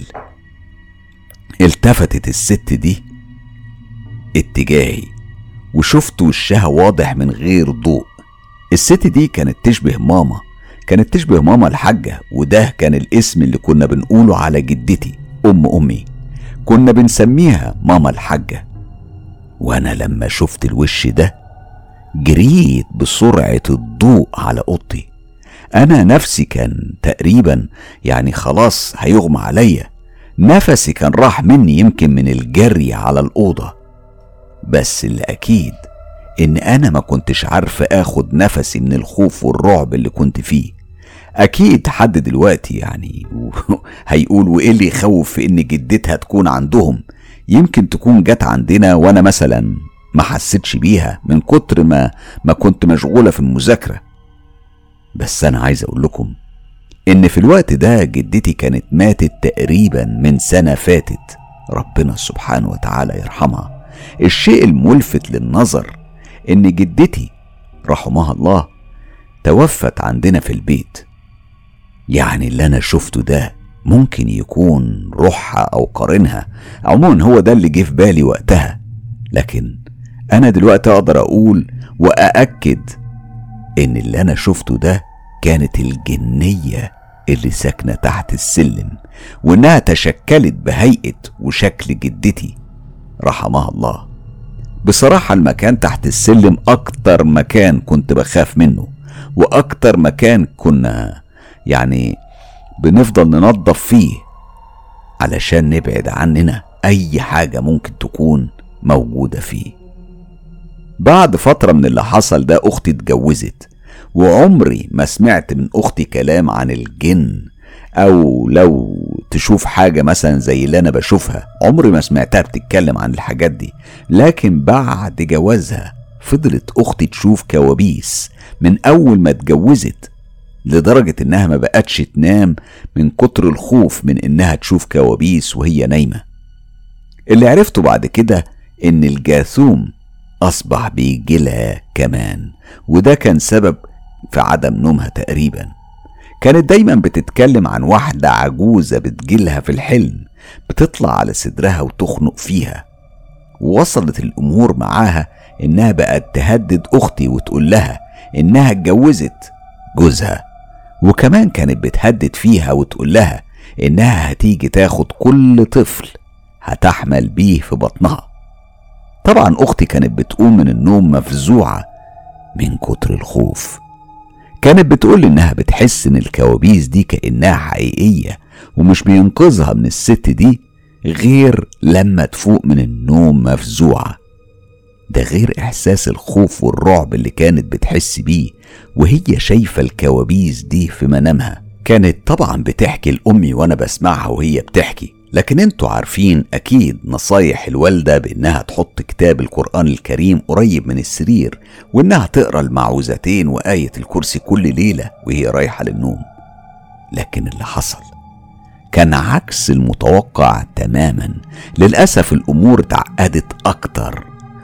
التفتت الست دي اتجاهي وشفت وشها واضح من غير ضوء. الست دي كانت تشبه ماما الحاجة، وده كان الاسم اللي كنا بنقوله على جدتي أمي. كنا بنسميها ماما الحاجة. وانا لما شفت الوش ده جريت بسرعة الضوء على اوضتي. انا نفسي كان تقريبا يعني خلاص هيغمى عليا، نفسي كان راح مني يمكن من الجري على الأوضة. بس اللي أكيد إن أنا ما كنتش عارفة أخد نفسي من الخوف والرعب اللي كنت فيه. أكيد حد دلوقتي يعني هيقول وإيه اللي يخوف في إن جدتها تكون عندهم؟ يمكن تكون جت عندنا وأنا مثلا ما حسيتش بيها من كتر ما كنت مشغولة في المذاكرة. بس أنا عايز أقول لكم إن في الوقت ده جدتي كانت ماتت تقريبا من سنة فاتت، ربنا سبحانه وتعالى يرحمها. الشيء الملفت للنظر إن جدتي رحمها الله توفت عندنا في البيت. يعني اللي أنا شفته ده ممكن يكون روحها أو قرينها، عموما هو ده اللي جه في بالي وقتها. لكن أنا دلوقتي أقدر أقول وأأكد إن اللي أنا شفته ده كانت الجنية اللي ساكنة تحت السلم، وإنها تشكلت بهيئة وشكل جدتي رحمها الله. بصراحة المكان تحت السلم أكتر مكان كنت بخاف منه، وأكتر مكان كنا بنفضل ننظف فيه علشان نبعد عننا أي حاجة ممكن تكون موجودة فيه. بعد فترة من اللي حصل ده أختي اتجوزت، وعمري ما سمعت من أختي كلام عن الجن، أو لو تشوف حاجة مثلا زي اللي أنا بشوفها عمري ما سمعتها بتتكلم عن الحاجات دي. لكن بعد جوازها فضلت أختي تشوف كوابيس من أول ما اتجوزت، لدرجة إنها ما بقتش تنام من كتر الخوف من إنها تشوف كوابيس وهي نايمة. اللي عرفته بعد كده إن الجاثوم أصبح بيجيلها كمان، وده كان سبب في عدم نومها تقريبا. كانت دايما بتتكلم عن واحدة عجوزة بتجيلها في الحلم، بتطلع على صدرها وتخنق فيها. ووصلت الأمور معاها إنها بقت تهدد أختي وتقول لها إنها اتجوزت جوزها، وكمان كانت بتهدد فيها وتقول لها إنها هتيجي تاخد كل طفل هتحمل بيه في بطنها. طبعا أختي كانت بتقوم من النوم مفزوعة من كتر الخوف. كانت بتقول إنها بتحس إن الكوابيس دي كأنها حقيقية، ومش بينقذها من الست دي غير لما تفوق من النوم مفزوعة. ده غير إحساس الخوف والرعب اللي كانت بتحس بيه وهي شايفة الكوابيس دي في منامها. كانت طبعا بتحكي لأمي وأنا بسمعها وهي بتحكي، لكن انتوا عارفين أكيد نصايح الوالدة بإنها تحط كتاب القرآن الكريم قريب من السرير، وإنها تقرأ المعوذتين وآية الكرسي كل ليلة وهي رايحة للنوم. لكن اللي حصل كان عكس المتوقع تماما. للأسف الأمور تعقدت أكتر،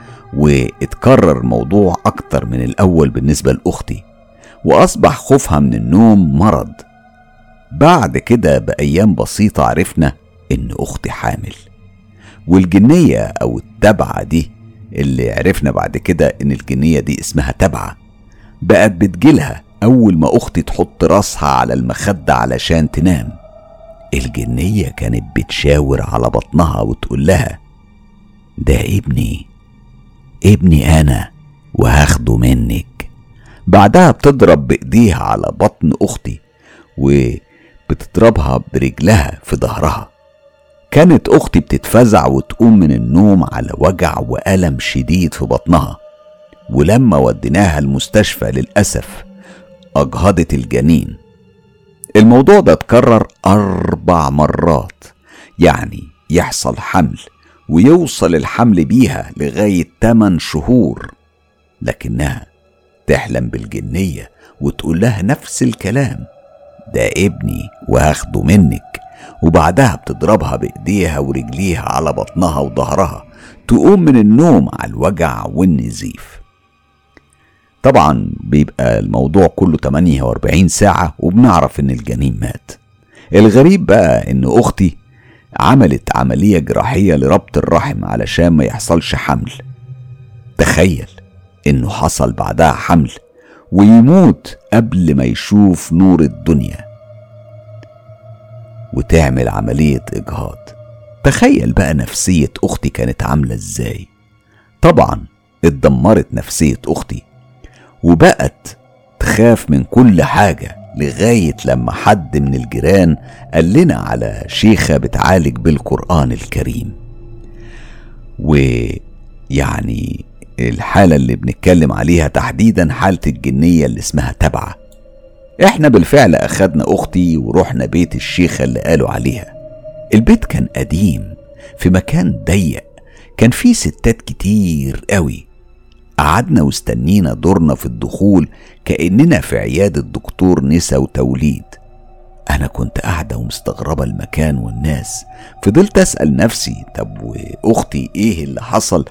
واتكرر الموضوع أكتر من الأول بالنسبة لأختي، وأصبح خوفها من النوم مرض. بعد كده بأيام بسيطة عرفنا إن أختي حامل، والجنية أو التبعة دي اللي عرفنا بعد كده إن الجنية دي اسمها تبعة بقت بتجيلها أول ما أختي تحط راسها على المخدة علشان تنام. الجنية كانت بتشاور على بطنها وتقول لها ده ابني أنا وهاخده منك. بعدها بتضرب بإيديها على بطن أختي وبتضربها برجلها في ظهرها. كانت أختي بتتفزع وتقوم من النوم على وجع وألم شديد في بطنها، ولما وديناها المستشفى للأسف أجهضت الجنين. الموضوع ده اتكرر 4 مرات، يحصل حمل ويوصل الحمل بيها لغاية 8 شهور، لكنها تحلم بالجنية وتقول لها نفس الكلام، ده ابني وهاخده منك. وبعدها بتضربها بإيديها ورجليها على بطنها وظهرها، تقوم من النوم على الوجع والنزيف. طبعا بيبقى الموضوع كله 48 ساعة وبنعرف ان الجنين مات. الغريب بقى ان اختي عملت عملية جراحية لربط الرحم علشان ما يحصلش حمل. تخيل انه حصل بعدها حمل ويموت قبل ما يشوف نور الدنيا، وتعمل عملية إجهاض. تخيل بقى نفسية أختي كانت عاملة إزاي. طبعا اتدمرت نفسية أختي وبقت تخاف من كل حاجة، لغاية لما حد من الجيران قال لنا على شيخة بتعالج بالقرآن الكريم. الحالة اللي بنتكلم عليها تحديدا حالة الجنية اللي اسمها تبعة. احنا بالفعل اخدنا اختي ورحنا بيت الشيخة اللي قالوا عليها. البيت كان قديم في مكان ضيق، كان فيه ستات كتير قوي. قعدنا واستنينا دورنا في الدخول كأننا في عيادة دكتور نسا وتوليد. انا كنت قاعدة ومستغربة المكان والناس. فضلت اسأل نفسي طب واختي ايه اللي حصل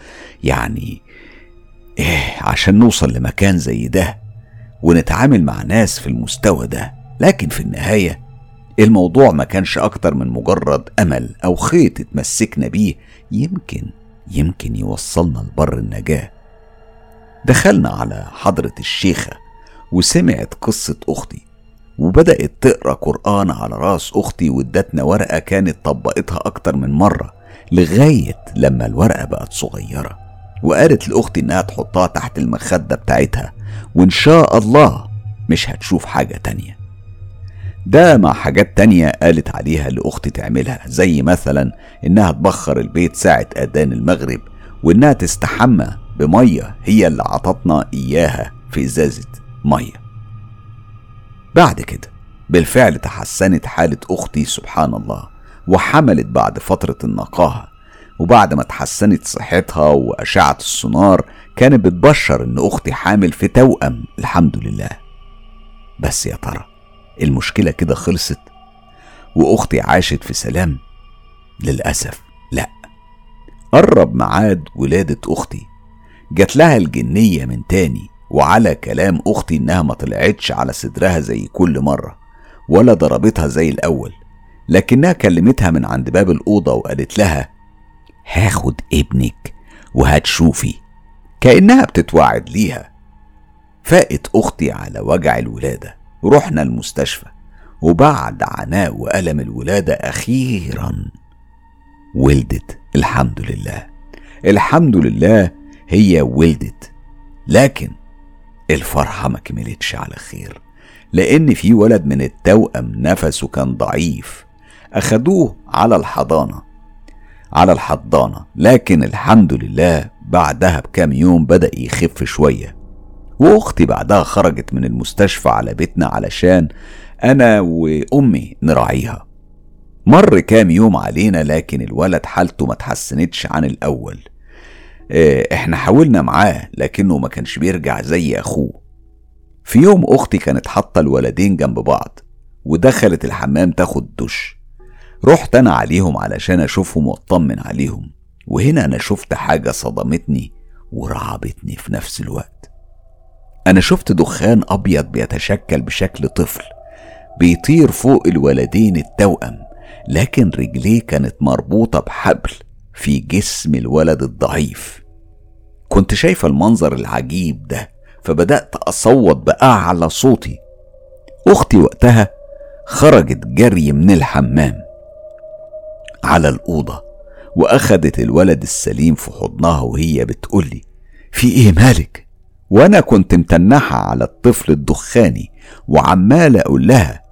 عشان نوصل لمكان زي ده ونتعامل مع ناس في المستوى ده. لكن في النهاية الموضوع ما كانش اكتر من مجرد امل او خيط اتمسكنا بيه يمكن يوصلنا لبر النجاة. دخلنا على حضرة الشيخة وسمعت قصة اختي وبدأت تقرأ قرآن على راس أختي، وادتنا ورقة كانت طبقتها أكتر من مرة لغاية لما الورقة بقت صغيرة، وقالت لأختي إنها تحطها تحت المخدة بتاعتها وإن شاء الله مش هتشوف حاجة تانية. ده مع حاجات تانية قالت عليها لأختي تعملها، زي مثلا إنها تبخر البيت ساعة أذان المغرب، وإنها تستحمى بمية هي اللي عطتنا إياها في إزازة مية. بعد كده بالفعل تحسنت حالة أختي سبحان الله، وحملت بعد فترة النقاهة، وبعد ما تحسنت صحتها وأشعة السونار كانت بتبشر إن أختي حامل في توأم الحمد لله. بس يا ترى المشكلة كده خلصت وأختي عاشت في سلام؟ للأسف لا. قرب ميعاد ولادة أختي، جات لها الجنية من تاني، وعلى كلام أختي إنها ما طلعتش على صدرها زي كل مرة ولا ضربتها زي الأول، لكنها كلمتها من عند باب الأوضة وقالت لها هاخد ابنك وهتشوفي، كأنها بتتوعد ليها. فاقت أختي على وجع الولادة، رحنا المستشفى، وبعد عناء وألم الولادة أخيرا ولدت الحمد لله. الحمد لله هي ولدت، لكن الفرحة ما كملتش على خير، لأن في ولد من التوأم نفسه كان ضعيف، أخدوه على الحضانة، لكن الحمد لله بعدها بكام يوم بدأ يخف شوية، وأختي بعدها خرجت من المستشفى على بيتنا علشان أنا وأمي نراعيها. مر كام يوم علينا، لكن الولد حالته ما تحسنتش عن الأول. احنا حاولنا معاه لكنه ما كانش بيرجع زي أخوه. في يوم أختي كانت حاطة الولدين جنب بعض ودخلت الحمام تاخد دش، رحت أنا عليهم علشان أشوفهم واطمن عليهم، وهنا أنا شفت حاجة صدمتني ورعبتني في نفس الوقت. أنا شفت دخان أبيض بيتشكل بشكل طفل بيطير فوق الولدين التوأم، لكن رجليه كانت مربوطة بحبل في جسم الولد الضعيف. كنت شايفة المنظر العجيب ده، فبدأت أصوت بأعلى صوتي. أختي وقتها خرجت جري من الحمام على الأوضة وأخدت الولد السليم في حضنها وهي بتقولي في إيه مالك؟ وأنا كنت متنحة على الطفل الدخاني وعمال أقول لها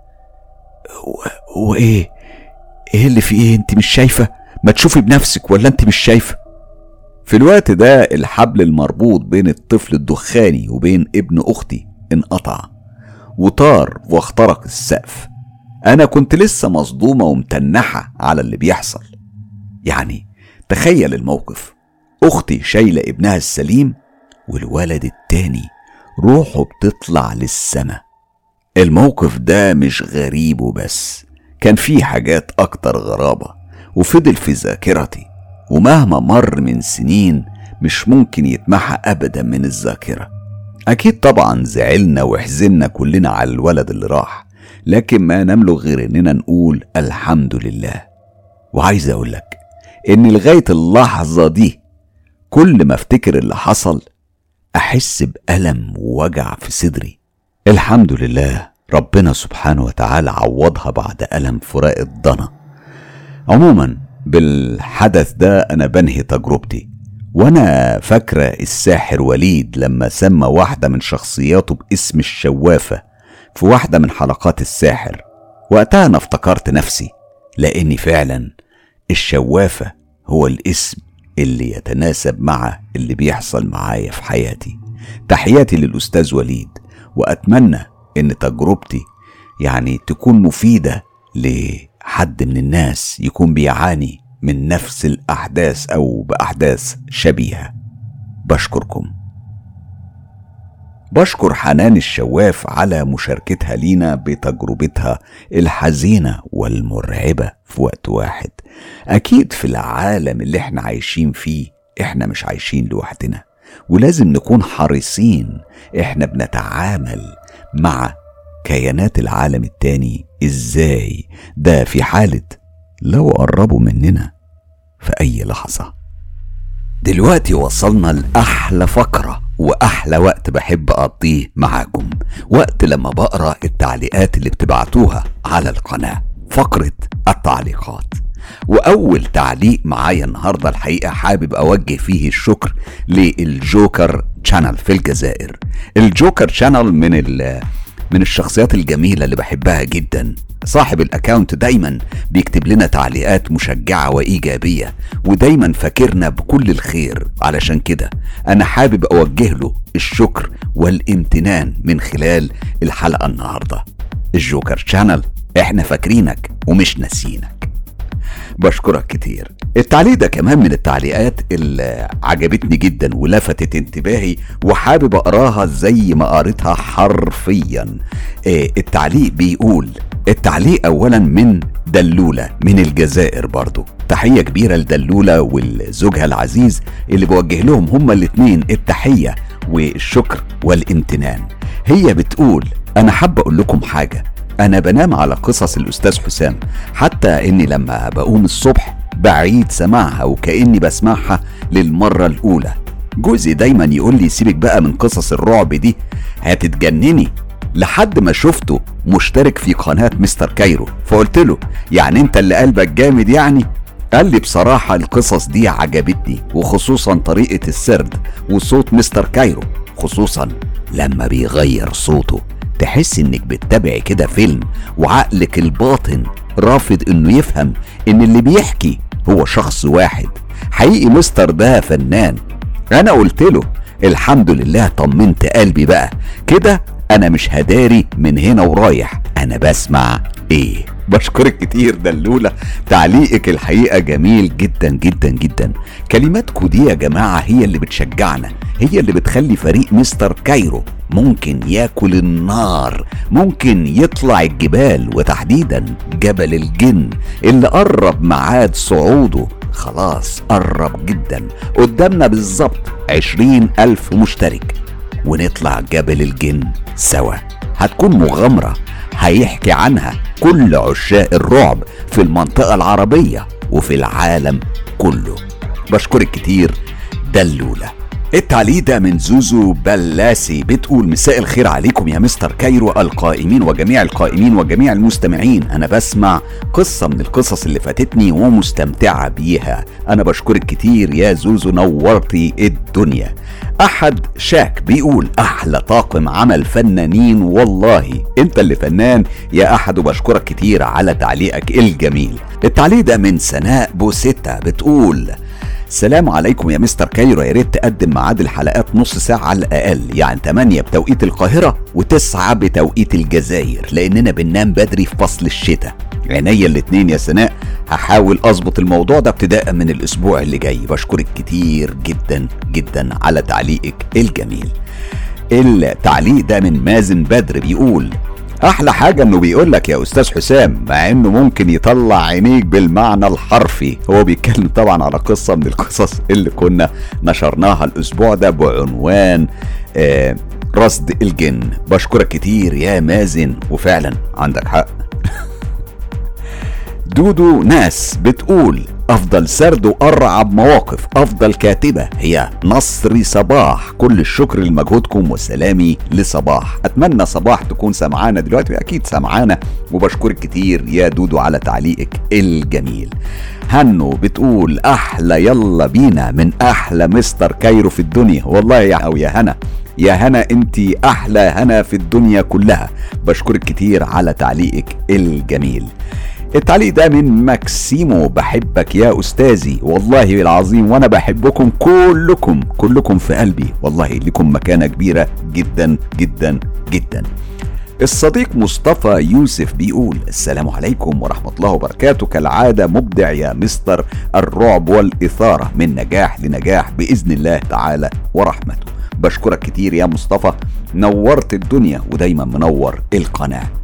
وإيه اللي في إيه؟ أنت مش شايفة؟ ما تشوفي بنفسك ولا أنت مش شايفة؟ في الوقت ده الحبل المربوط بين الطفل الدخاني وبين ابن أختي انقطع وطار واخترق السقف. أنا كنت لسه مصدومة ومتنحة على اللي بيحصل. يعني تخيل الموقف، أختي شايلة ابنها السليم والولد التاني روحه بتطلع للسما. الموقف ده مش غريب وبس، كان فيه حاجات أكتر غرابة وفضل في ذاكرتي، ومهما مر من سنين مش ممكن يتمحى أبدا من الذاكرة. أكيد طبعا زعلنا وحزننا كلنا على الولد اللي راح، لكن ما نملك غير إننا نقول الحمد لله. وعايز أقولك إن لغاية اللحظة دي كل ما افتكر اللي حصل أحس بألم ووجع في صدري. الحمد لله ربنا سبحانه وتعالى عوضها بعد ألم فراق الضنا. عموما بالحدث ده أنا بنهي تجربتي، وأنا فاكرة الساحر وليد لما سمى واحدة من شخصياته باسم الشوافة في واحدة من حلقات الساحر. وقتها أنا افتكرت نفسي، لأني فعلا الشوافة هو الاسم اللي يتناسب مع اللي بيحصل معايا في حياتي. تحياتي للأستاذ وليد، وأتمنى إن تجربتي يعني تكون مفيدة لحد من الناس يكون بيعاني من نفس الأحداث أو بأحداث شبيهة. بشكركم. بشكر حنان الشواف على مشاركتها لينا بتجربتها الحزينة والمرعبة في وقت واحد. أكيد في العالم اللي احنا عايشين فيه احنا مش عايشين لوحدنا، ولازم نكون حريصين احنا بنتعامل مع كيانات العالم التاني ازاي، ده في حالة لو قربوا مننا في أي لحظة. دلوقتي وصلنا لأحلى فقرة واحلى وقت بحب اقضيه معاكم وقت لما بقرا التعليقات اللي بتبعتوها على القناة، فقرة التعليقات. واول تعليق معايا النهاردة الحقيقة حابب اوجه فيه الشكر للجوكر شانل في الجزائر. الجوكر شانل من الشخصيات الجميلة اللي بحبها جدا. صاحب الاكاونت دايما بيكتب لنا تعليقات مشجعة وايجابية ودايما فاكرنا بكل الخير، علشان كده انا حابب اوجه له الشكر والامتنان من خلال الحلقة النهاردة. الجوكر شانل احنا فاكرينك ومش ناسينك، بشكرك كتير. التعليق ده كمان من التعليقات اللي عجبتني جدا ولفتت انتباهي وحابب اقراها زي ما قريتها حرفيا. التعليق بيقول، التعليق اولا من دلولة من الجزائر، برضو تحية كبيرة لدلولة والزوجها العزيز اللي بوجه لهم هما الاتنين التحية والشكر والامتنان. هي بتقول انا حابة اقول لكم حاجة، انا بنام على قصص الاستاذ حسام، حتى اني لما بقوم الصبح بعيد سماعها وكأني بسمعها للمرة الاولى. جوزي دايما يقول لي سيبك بقى من قصص الرعب دي هتتجنني، لحد ما شفته مشترك في قناة مستر كايرو، فقلت له يعني انت اللي قلبك جامد يعني؟ قال لي بصراحة القصص دي عجبتني، وخصوصا طريقة السرد وصوت مستر كايرو، خصوصا لما بيغير صوته تحس انك بتتابعي كده فيلم وعقلك الباطن رافض انه يفهم ان اللي بيحكي هو شخص واحد. حقيقي مستر ده فنان. انا قلت له الحمد لله، طمنت قلبي بقى كده، انا مش هداري من هنا ورايح انا بسمع ايه. بشكرك كتير دلولة، تعليقك الحقيقة جميل جدا جدا جدا. كلماتكو دي يا جماعة هي اللي بتشجعنا، هي اللي بتخلي فريق مستر كايرو ممكن ياكل النار، ممكن يطلع الجبال، وتحديدا جبل الجن اللي قرب ميعاد صعوده، خلاص قرب جدا، قدامنا بالظبط 20,000 مشترك ونطلع جبل الجن سوا. هتكون مغامرة هيحكي عنها كل عشاق الرعب في المنطقة العربية وفي العالم كله. بشكرك كتير دلولة. التعليق ده من زوزو بلاسي، بتقول مساء الخير عليكم يا مستر كايرو القائمين وجميع القائمين وجميع المستمعين، انا بسمع قصة من القصص اللي فاتتني ومستمتعة بيها. انا بشكرك كتير يا زوزو، نورتي الدنيا. احد شاك بيقول احلى طاقم عمل فنانين، والله انت اللي فنان يا احد، وبشكرك كتير على تعليقك الجميل. التعليق ده من سناء بوستة، بتقول السلام عليكم يا مستر كايرو، يا ريت تقدم ميعاد الحلقات نص ساعة على الأقل، يعني 8 بتوقيت القاهرة و9 بتوقيت الجزائر، لأننا بننام بدري في فصل الشتاء. عينيا الاتنين يا سناء، هحاول أظبط الموضوع ده ابتداء من الأسبوع اللي جاي. بشكرك كتير جدا جدا على تعليقك الجميل. التعليق ده من مازن بدر، بيقول احلى حاجة انه بيقول لك يا استاذ حسام، مع انه ممكن يطلع عينيك بالمعنى الحرفي. هو بيتكلم طبعا على قصة من القصص اللي كنا نشرناها الاسبوع ده بعنوان رصد الجن. بشكرك كتير يا مازن، وفعلا عندك حق. دودو ناس بتقول افضل سرد وارعب مواقف، افضل كاتبة هي نصري صباح، كل الشكر لمجهودكم وسلامي لصباح. اتمنى صباح تكون سمعانا دلوقتي، اكيد سمعانا، وبشكرك كتير يا دودو على تعليقك الجميل. هنو بتقول احلى يلا بينا من احلى مستر كايرو في الدنيا، والله يا هنا، يا هنا انتي احلى هنا في الدنيا كلها. بشكرك كتير على تعليقك الجميل. التعليق ده من ماكسيمو، بحبك يا أستاذي، والله العظيم وأنا بحبكم كلكم في قلبي، والله لكم مكانة كبيرة جدا جدا جدا. الصديق مصطفى يوسف بيقول السلام عليكم ورحمة الله وبركاته، كالعادة مبدع يا مستر الرعب والإثارة، من نجاح لنجاح بإذن الله تعالى ورحمته. بشكرك كتير يا مصطفى، نورت الدنيا ودايما منور القناة.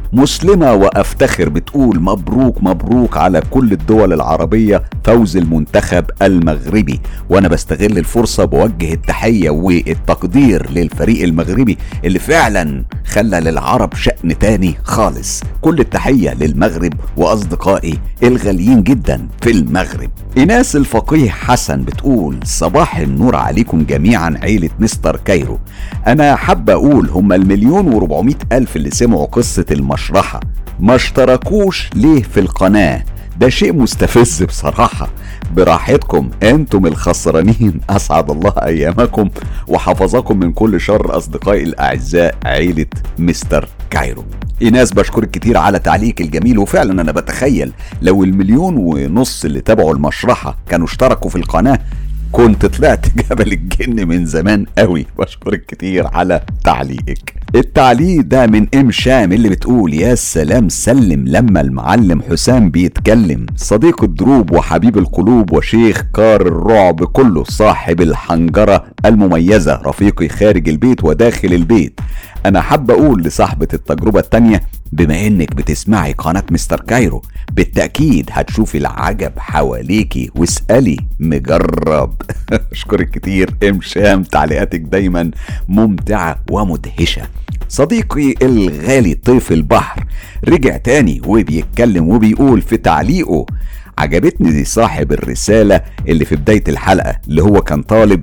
مسلمة وأفتخر بتقول مبروك مبروك على كل الدول العربية فوز المنتخب المغربي، وأنا بستغل الفرصة بوجه التحية والتقدير للفريق المغربي اللي فعلا خلى للعرب شأن تاني خالص. كل التحية للمغرب وأصدقائي الغاليين جدا في المغرب. إناس الفقيه حسن بتقول صباح النور عليكم جميعا عيلة مستر كايرو. أنا حابة أقول هم 1,400,000 اللي سمعوا قصة المشرحة ما اشتركوش ليه في القناة؟ ده شيء مستفز بصراحة. براحتكم انتم الخسرانين. اسعد الله ايامكم وحفظكم من كل شر اصدقائي الاعزاء عيلة مستر كايرو. ايناس بشكرك كتير على تعليق الجميل، وفعلا انا بتخيل لو 1,500,000 اللي تابعوا المشرحة كانوا اشتركوا في القناة كنت طلعت جبل الجن من زمان قوي. بشكرك كتير على تعليقك. التعليق ده من شام اللي بتقول يا سلام سلم لما المعلم حسام بيتكلم، صديق الدروب وحبيب القلوب وشيخ كار الرعب كله، صاحب الحنجرة المميزة، رفيقي خارج البيت وداخل البيت. انا حابة اقول لصاحبة التجربة التانية بما انك بتسمعي قناة مستر كايرو بالتأكيد هتشوفي العجب حواليكي واسألي مجرب. اشكرك كتير شام، تعليقاتك دايما ممتعة ومدهشة. صديقي الغالي طيف البحر رجع تاني وبيتكلم وبيقول في تعليقه عجبتني دي صاحب الرسالة اللي في بداية الحلقة اللي هو كان طالب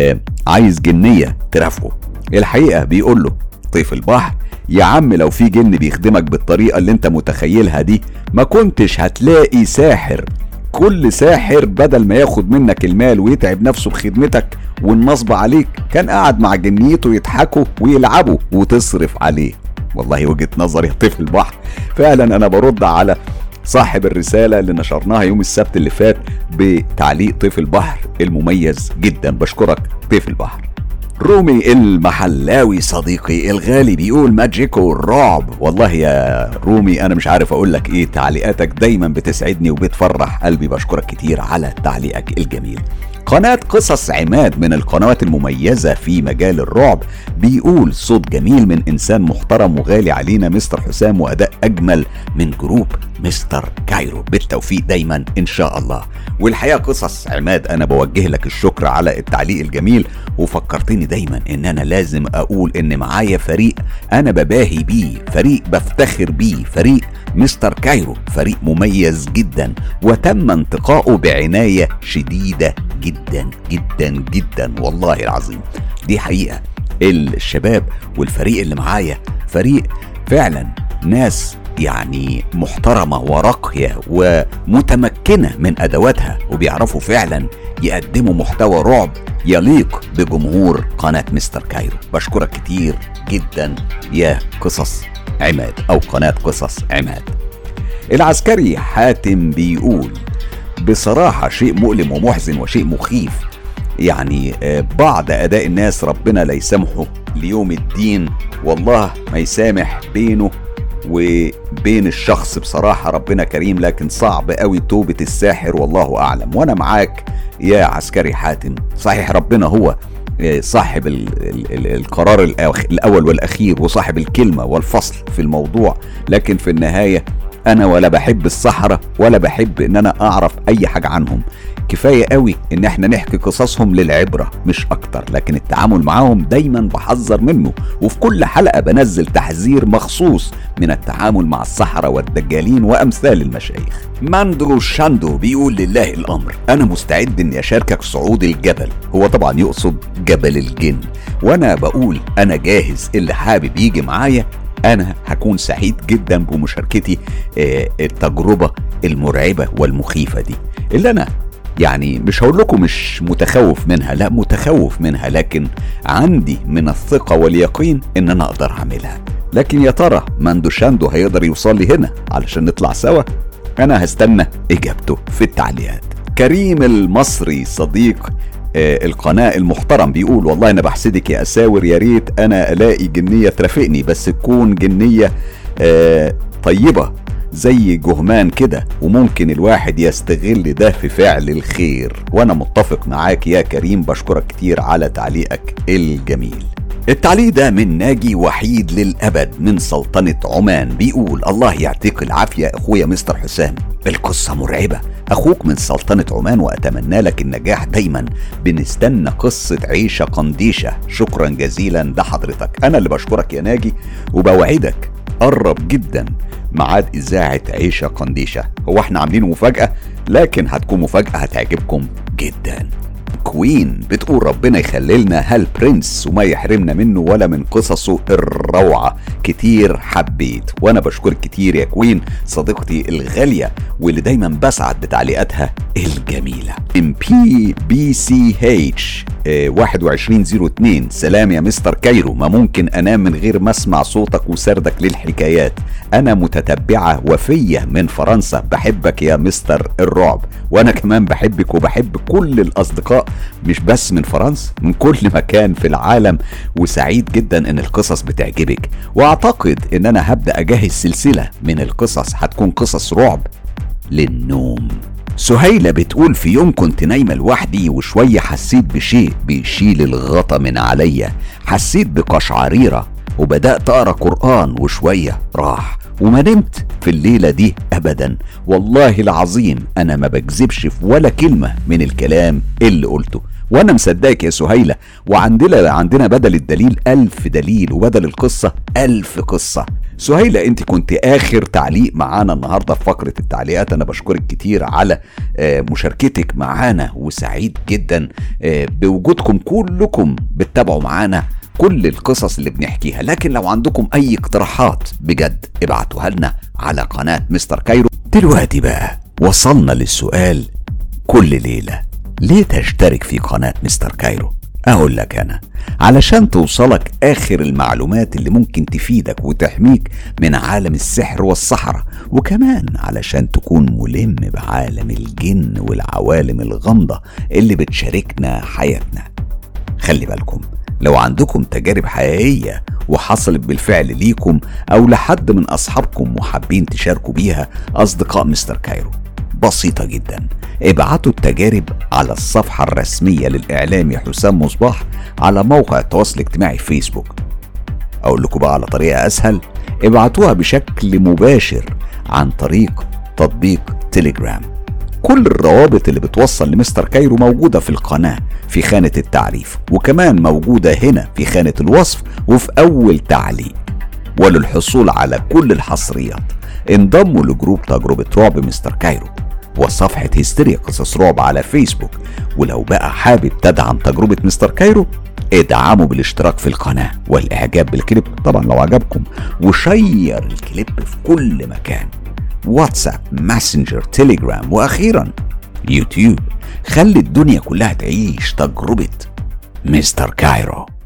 عايز جنية ترافقه. الحقيقة بيقول له طيف البحر يا عم لو في جن بيخدمك بالطريقة اللي انت متخيلها دي ما كنتش هتلاقي ساحر. كل ساحر بدل ما ياخد منك المال ويتعب نفسه بخدمتك والنصب عليك كان قاعد مع جنيته يضحكوا ويلعبوا وتصرف عليه. والله وجهة نظري يا طيف البحر. فعلا انا برد على صاحب الرسالة اللي نشرناها يوم السبت اللي فات بتعليق طيف البحر المميز جدا. بشكرك طيف البحر. رومي المحلاوي صديقي الغالي بيقول ماجيكو الرعب. والله يا رومي انا مش عارف اقول لك ايه، تعليقاتك دايما بتسعدني وبتفرح قلبي. بشكرك كتير على تعليقك الجميل. قناة قصص عماد من القنوات المميزة في مجال الرعب بيقول صوت جميل من إنسان محترم وغالي علينا مستر حسام وأداء أجمل من جروب مستر كايرو. بالتوفيق دايما إن شاء الله. والحقيقة قصص عماد أنا بوجه لك الشكر على التعليق الجميل، وفكرتني دايما إن أنا لازم أقول إن معايا فريق أنا بباهي بيه، فريق بفتخر بيه، فريق مستر كايرو، فريق مميز جدا وتم انتقائه بعناية شديدة جدا جدا جدا. والله العظيم دي حقيقة. الشباب والفريق اللي معايا فريق فعلا ناس يعني محترمة وراقية ومتمكنة من أدواتها وبيعرفوا فعلا يقدموا محتوى رعب يليق بجمهور قناة مستر كايرو. بشكرك كتير جدا يا قصص عماد أو قناة قصص عماد. العسكري حاتم بيقول بصراحة شيء مؤلم ومحزن وشيء مخيف، يعني بعض أداء الناس ربنا لا يسامحه ليوم الدين، والله ما يسامح بينه وبين الشخص. بصراحة ربنا كريم لكن صعب قوي توبة الساحر والله أعلم. وأنا معاك يا عسكري حاتم، صحيح ربنا هو صاحب القرار الأول والأخير وصاحب الكلمة والفصل في الموضوع، لكن في النهاية أنا ولا بحب السحرة ولا بحب إن أنا أعرف أي حاجة عنهم. كفاية قوي إن احنا نحكي قصصهم للعبرة مش أكتر، لكن التعامل معاهم دايما بحذر منه، وفي كل حلقة بنزل تحذير مخصوص من التعامل مع السحرة والدجالين وأمثال المشايخ. ماندرو شاندو بيقول لله الأمر، أنا مستعد إني أشاركك صعود الجبل. هو طبعا يقصد جبل الجن، وأنا بقول أنا جاهز، اللي حابب يجي معايا أنا هكون سعيد جدا بمشاركتي التجربة المرعبة والمخيفة دي، اللي أنا يعني مش هقول لكم مش متخوف منها، لا متخوف منها، لكن عندي من الثقة واليقين إن أنا أقدر أعملها. لكن يا ترى ماندو شاندو هيقدر يوصل لي هنا علشان نطلع سوا؟ أنا هستنى إجابته في التعليقات. كريم المصري صديق القناة المحترم بيقول والله أنا بحسدك يا أساور، يا ريت أنا ألاقي جنية ترافقني، بس تكون جنية طيبة زي جهمان كده، وممكن الواحد يستغل ده في فعل الخير. وأنا متفق معاك يا كريم، بشكرك كتير على تعليقك الجميل. التعليق ده من ناجي وحيد للأبد من سلطنة عمان، بيقول: الله يعطيك العافية أخويا مستر حسام، القصة مرعبة. أخوك من سلطنة عمان وأتمنى لك النجاح دايما. بنستنى قصة عيشة قنديشة. شكرا جزيلا، ده حضرتك. أنا اللي بشكرك يا ناجي، وبوعدك قرب جدا ميعاد إذاعة عيشة قنديشة. هو احنا عاملين مفاجأة، لكن هتكون مفاجأة هتعجبكم جدا. كوين بتقول: ربنا يخللنا هالبرنس وما يحرمنا منه ولا من قصصه الروعة، كتير حبيت. وانا بشكرك كتير يا كوين، صديقتي الغالية واللي دايما بسعد بتعليقاتها الجميلة. MPBCH 2102: سلام يا مستر كايرو، ما ممكن انام من غير ما اسمع صوتك وسردك للحكايات. انا متتبعة وفية من فرنسا، بحبك يا مستر الرعب. وانا كمان بحبك وبحب كل الاصدقاء، مش بس من فرنسا، من كل مكان في العالم. وسعيد جدا ان القصص بتعجبك، واعتقد ان انا هبدأ اجهز سلسلة من القصص، هتكون قصص رعب للنوم. سهيلة بتقول: في يوم كنت نايمة لوحدي وشوية حسيت بشيء بيشيل الغطا من عليا، حسيت بقشعريرة وبدأت أقرأ قرآن وشوية راح وما نمت في الليلة دي أبدا. والله العظيم أنا ما بكذبش في ولا كلمة من الكلام اللي قلته، وأنا مصدقك يا سهيلة. وعندنا بدل الدليل 1000 دليل، وبدل القصة 1000 قصة. سهيلة، انت كنت اخر تعليق معانا النهاردة في فقرة التعليقات. انا بشكرك كتير على مشاركتك معانا، وسعيد جدا بوجودكم كلكم بتتابعوا معانا كل القصص اللي بنحكيها. لكن لو عندكم اي اقتراحات بجد ابعتوها لنا على قناة مستر كايرو. دلوقتي بقى وصلنا للسؤال كل ليلة: ليه تشترك في قناة مستر كايرو؟ اقول لك انا: علشان توصلك اخر المعلومات اللي ممكن تفيدك وتحميك من عالم السحر والسحرة، وكمان علشان تكون ملم بعالم الجن والعوالم الغامضة اللي بتشاركنا حياتنا. خلي بالكم، لو عندكم تجارب حقيقية وحصلت بالفعل ليكم او لحد من اصحابكم وحابين تشاركوا بيها اصدقاء مستر كايرو، بسيطة جدا. ابعتوا التجارب على الصفحة الرسمية للإعلامي حسام مصباح على موقع التواصل الاجتماعي فيسبوك. أقول لكم بقى على طريقة أسهل: ابعتوها بشكل مباشر عن طريق تطبيق تيليجرام. كل الروابط اللي بتوصل لمستر كايرو موجودة في القناة في خانة التعريف، وكمان موجودة هنا في خانة الوصف وفي أول تعليق. وللحصول على كل الحصريات انضموا لجروب تجربة رعب مستر كايرو وصفحة هستيريا قصص رعب على فيسبوك. ولو بقى حابب تدعم تجربة مستر كايرو، ادعموا بالاشتراك في القناة والاعجاب بالكليب طبعا لو عجبكم، وشير الكليب في كل مكان: واتساب، ماسنجر، تيليجرام، واخيرا يوتيوب. خلي الدنيا كلها تعيش تجربة مستر كايرو.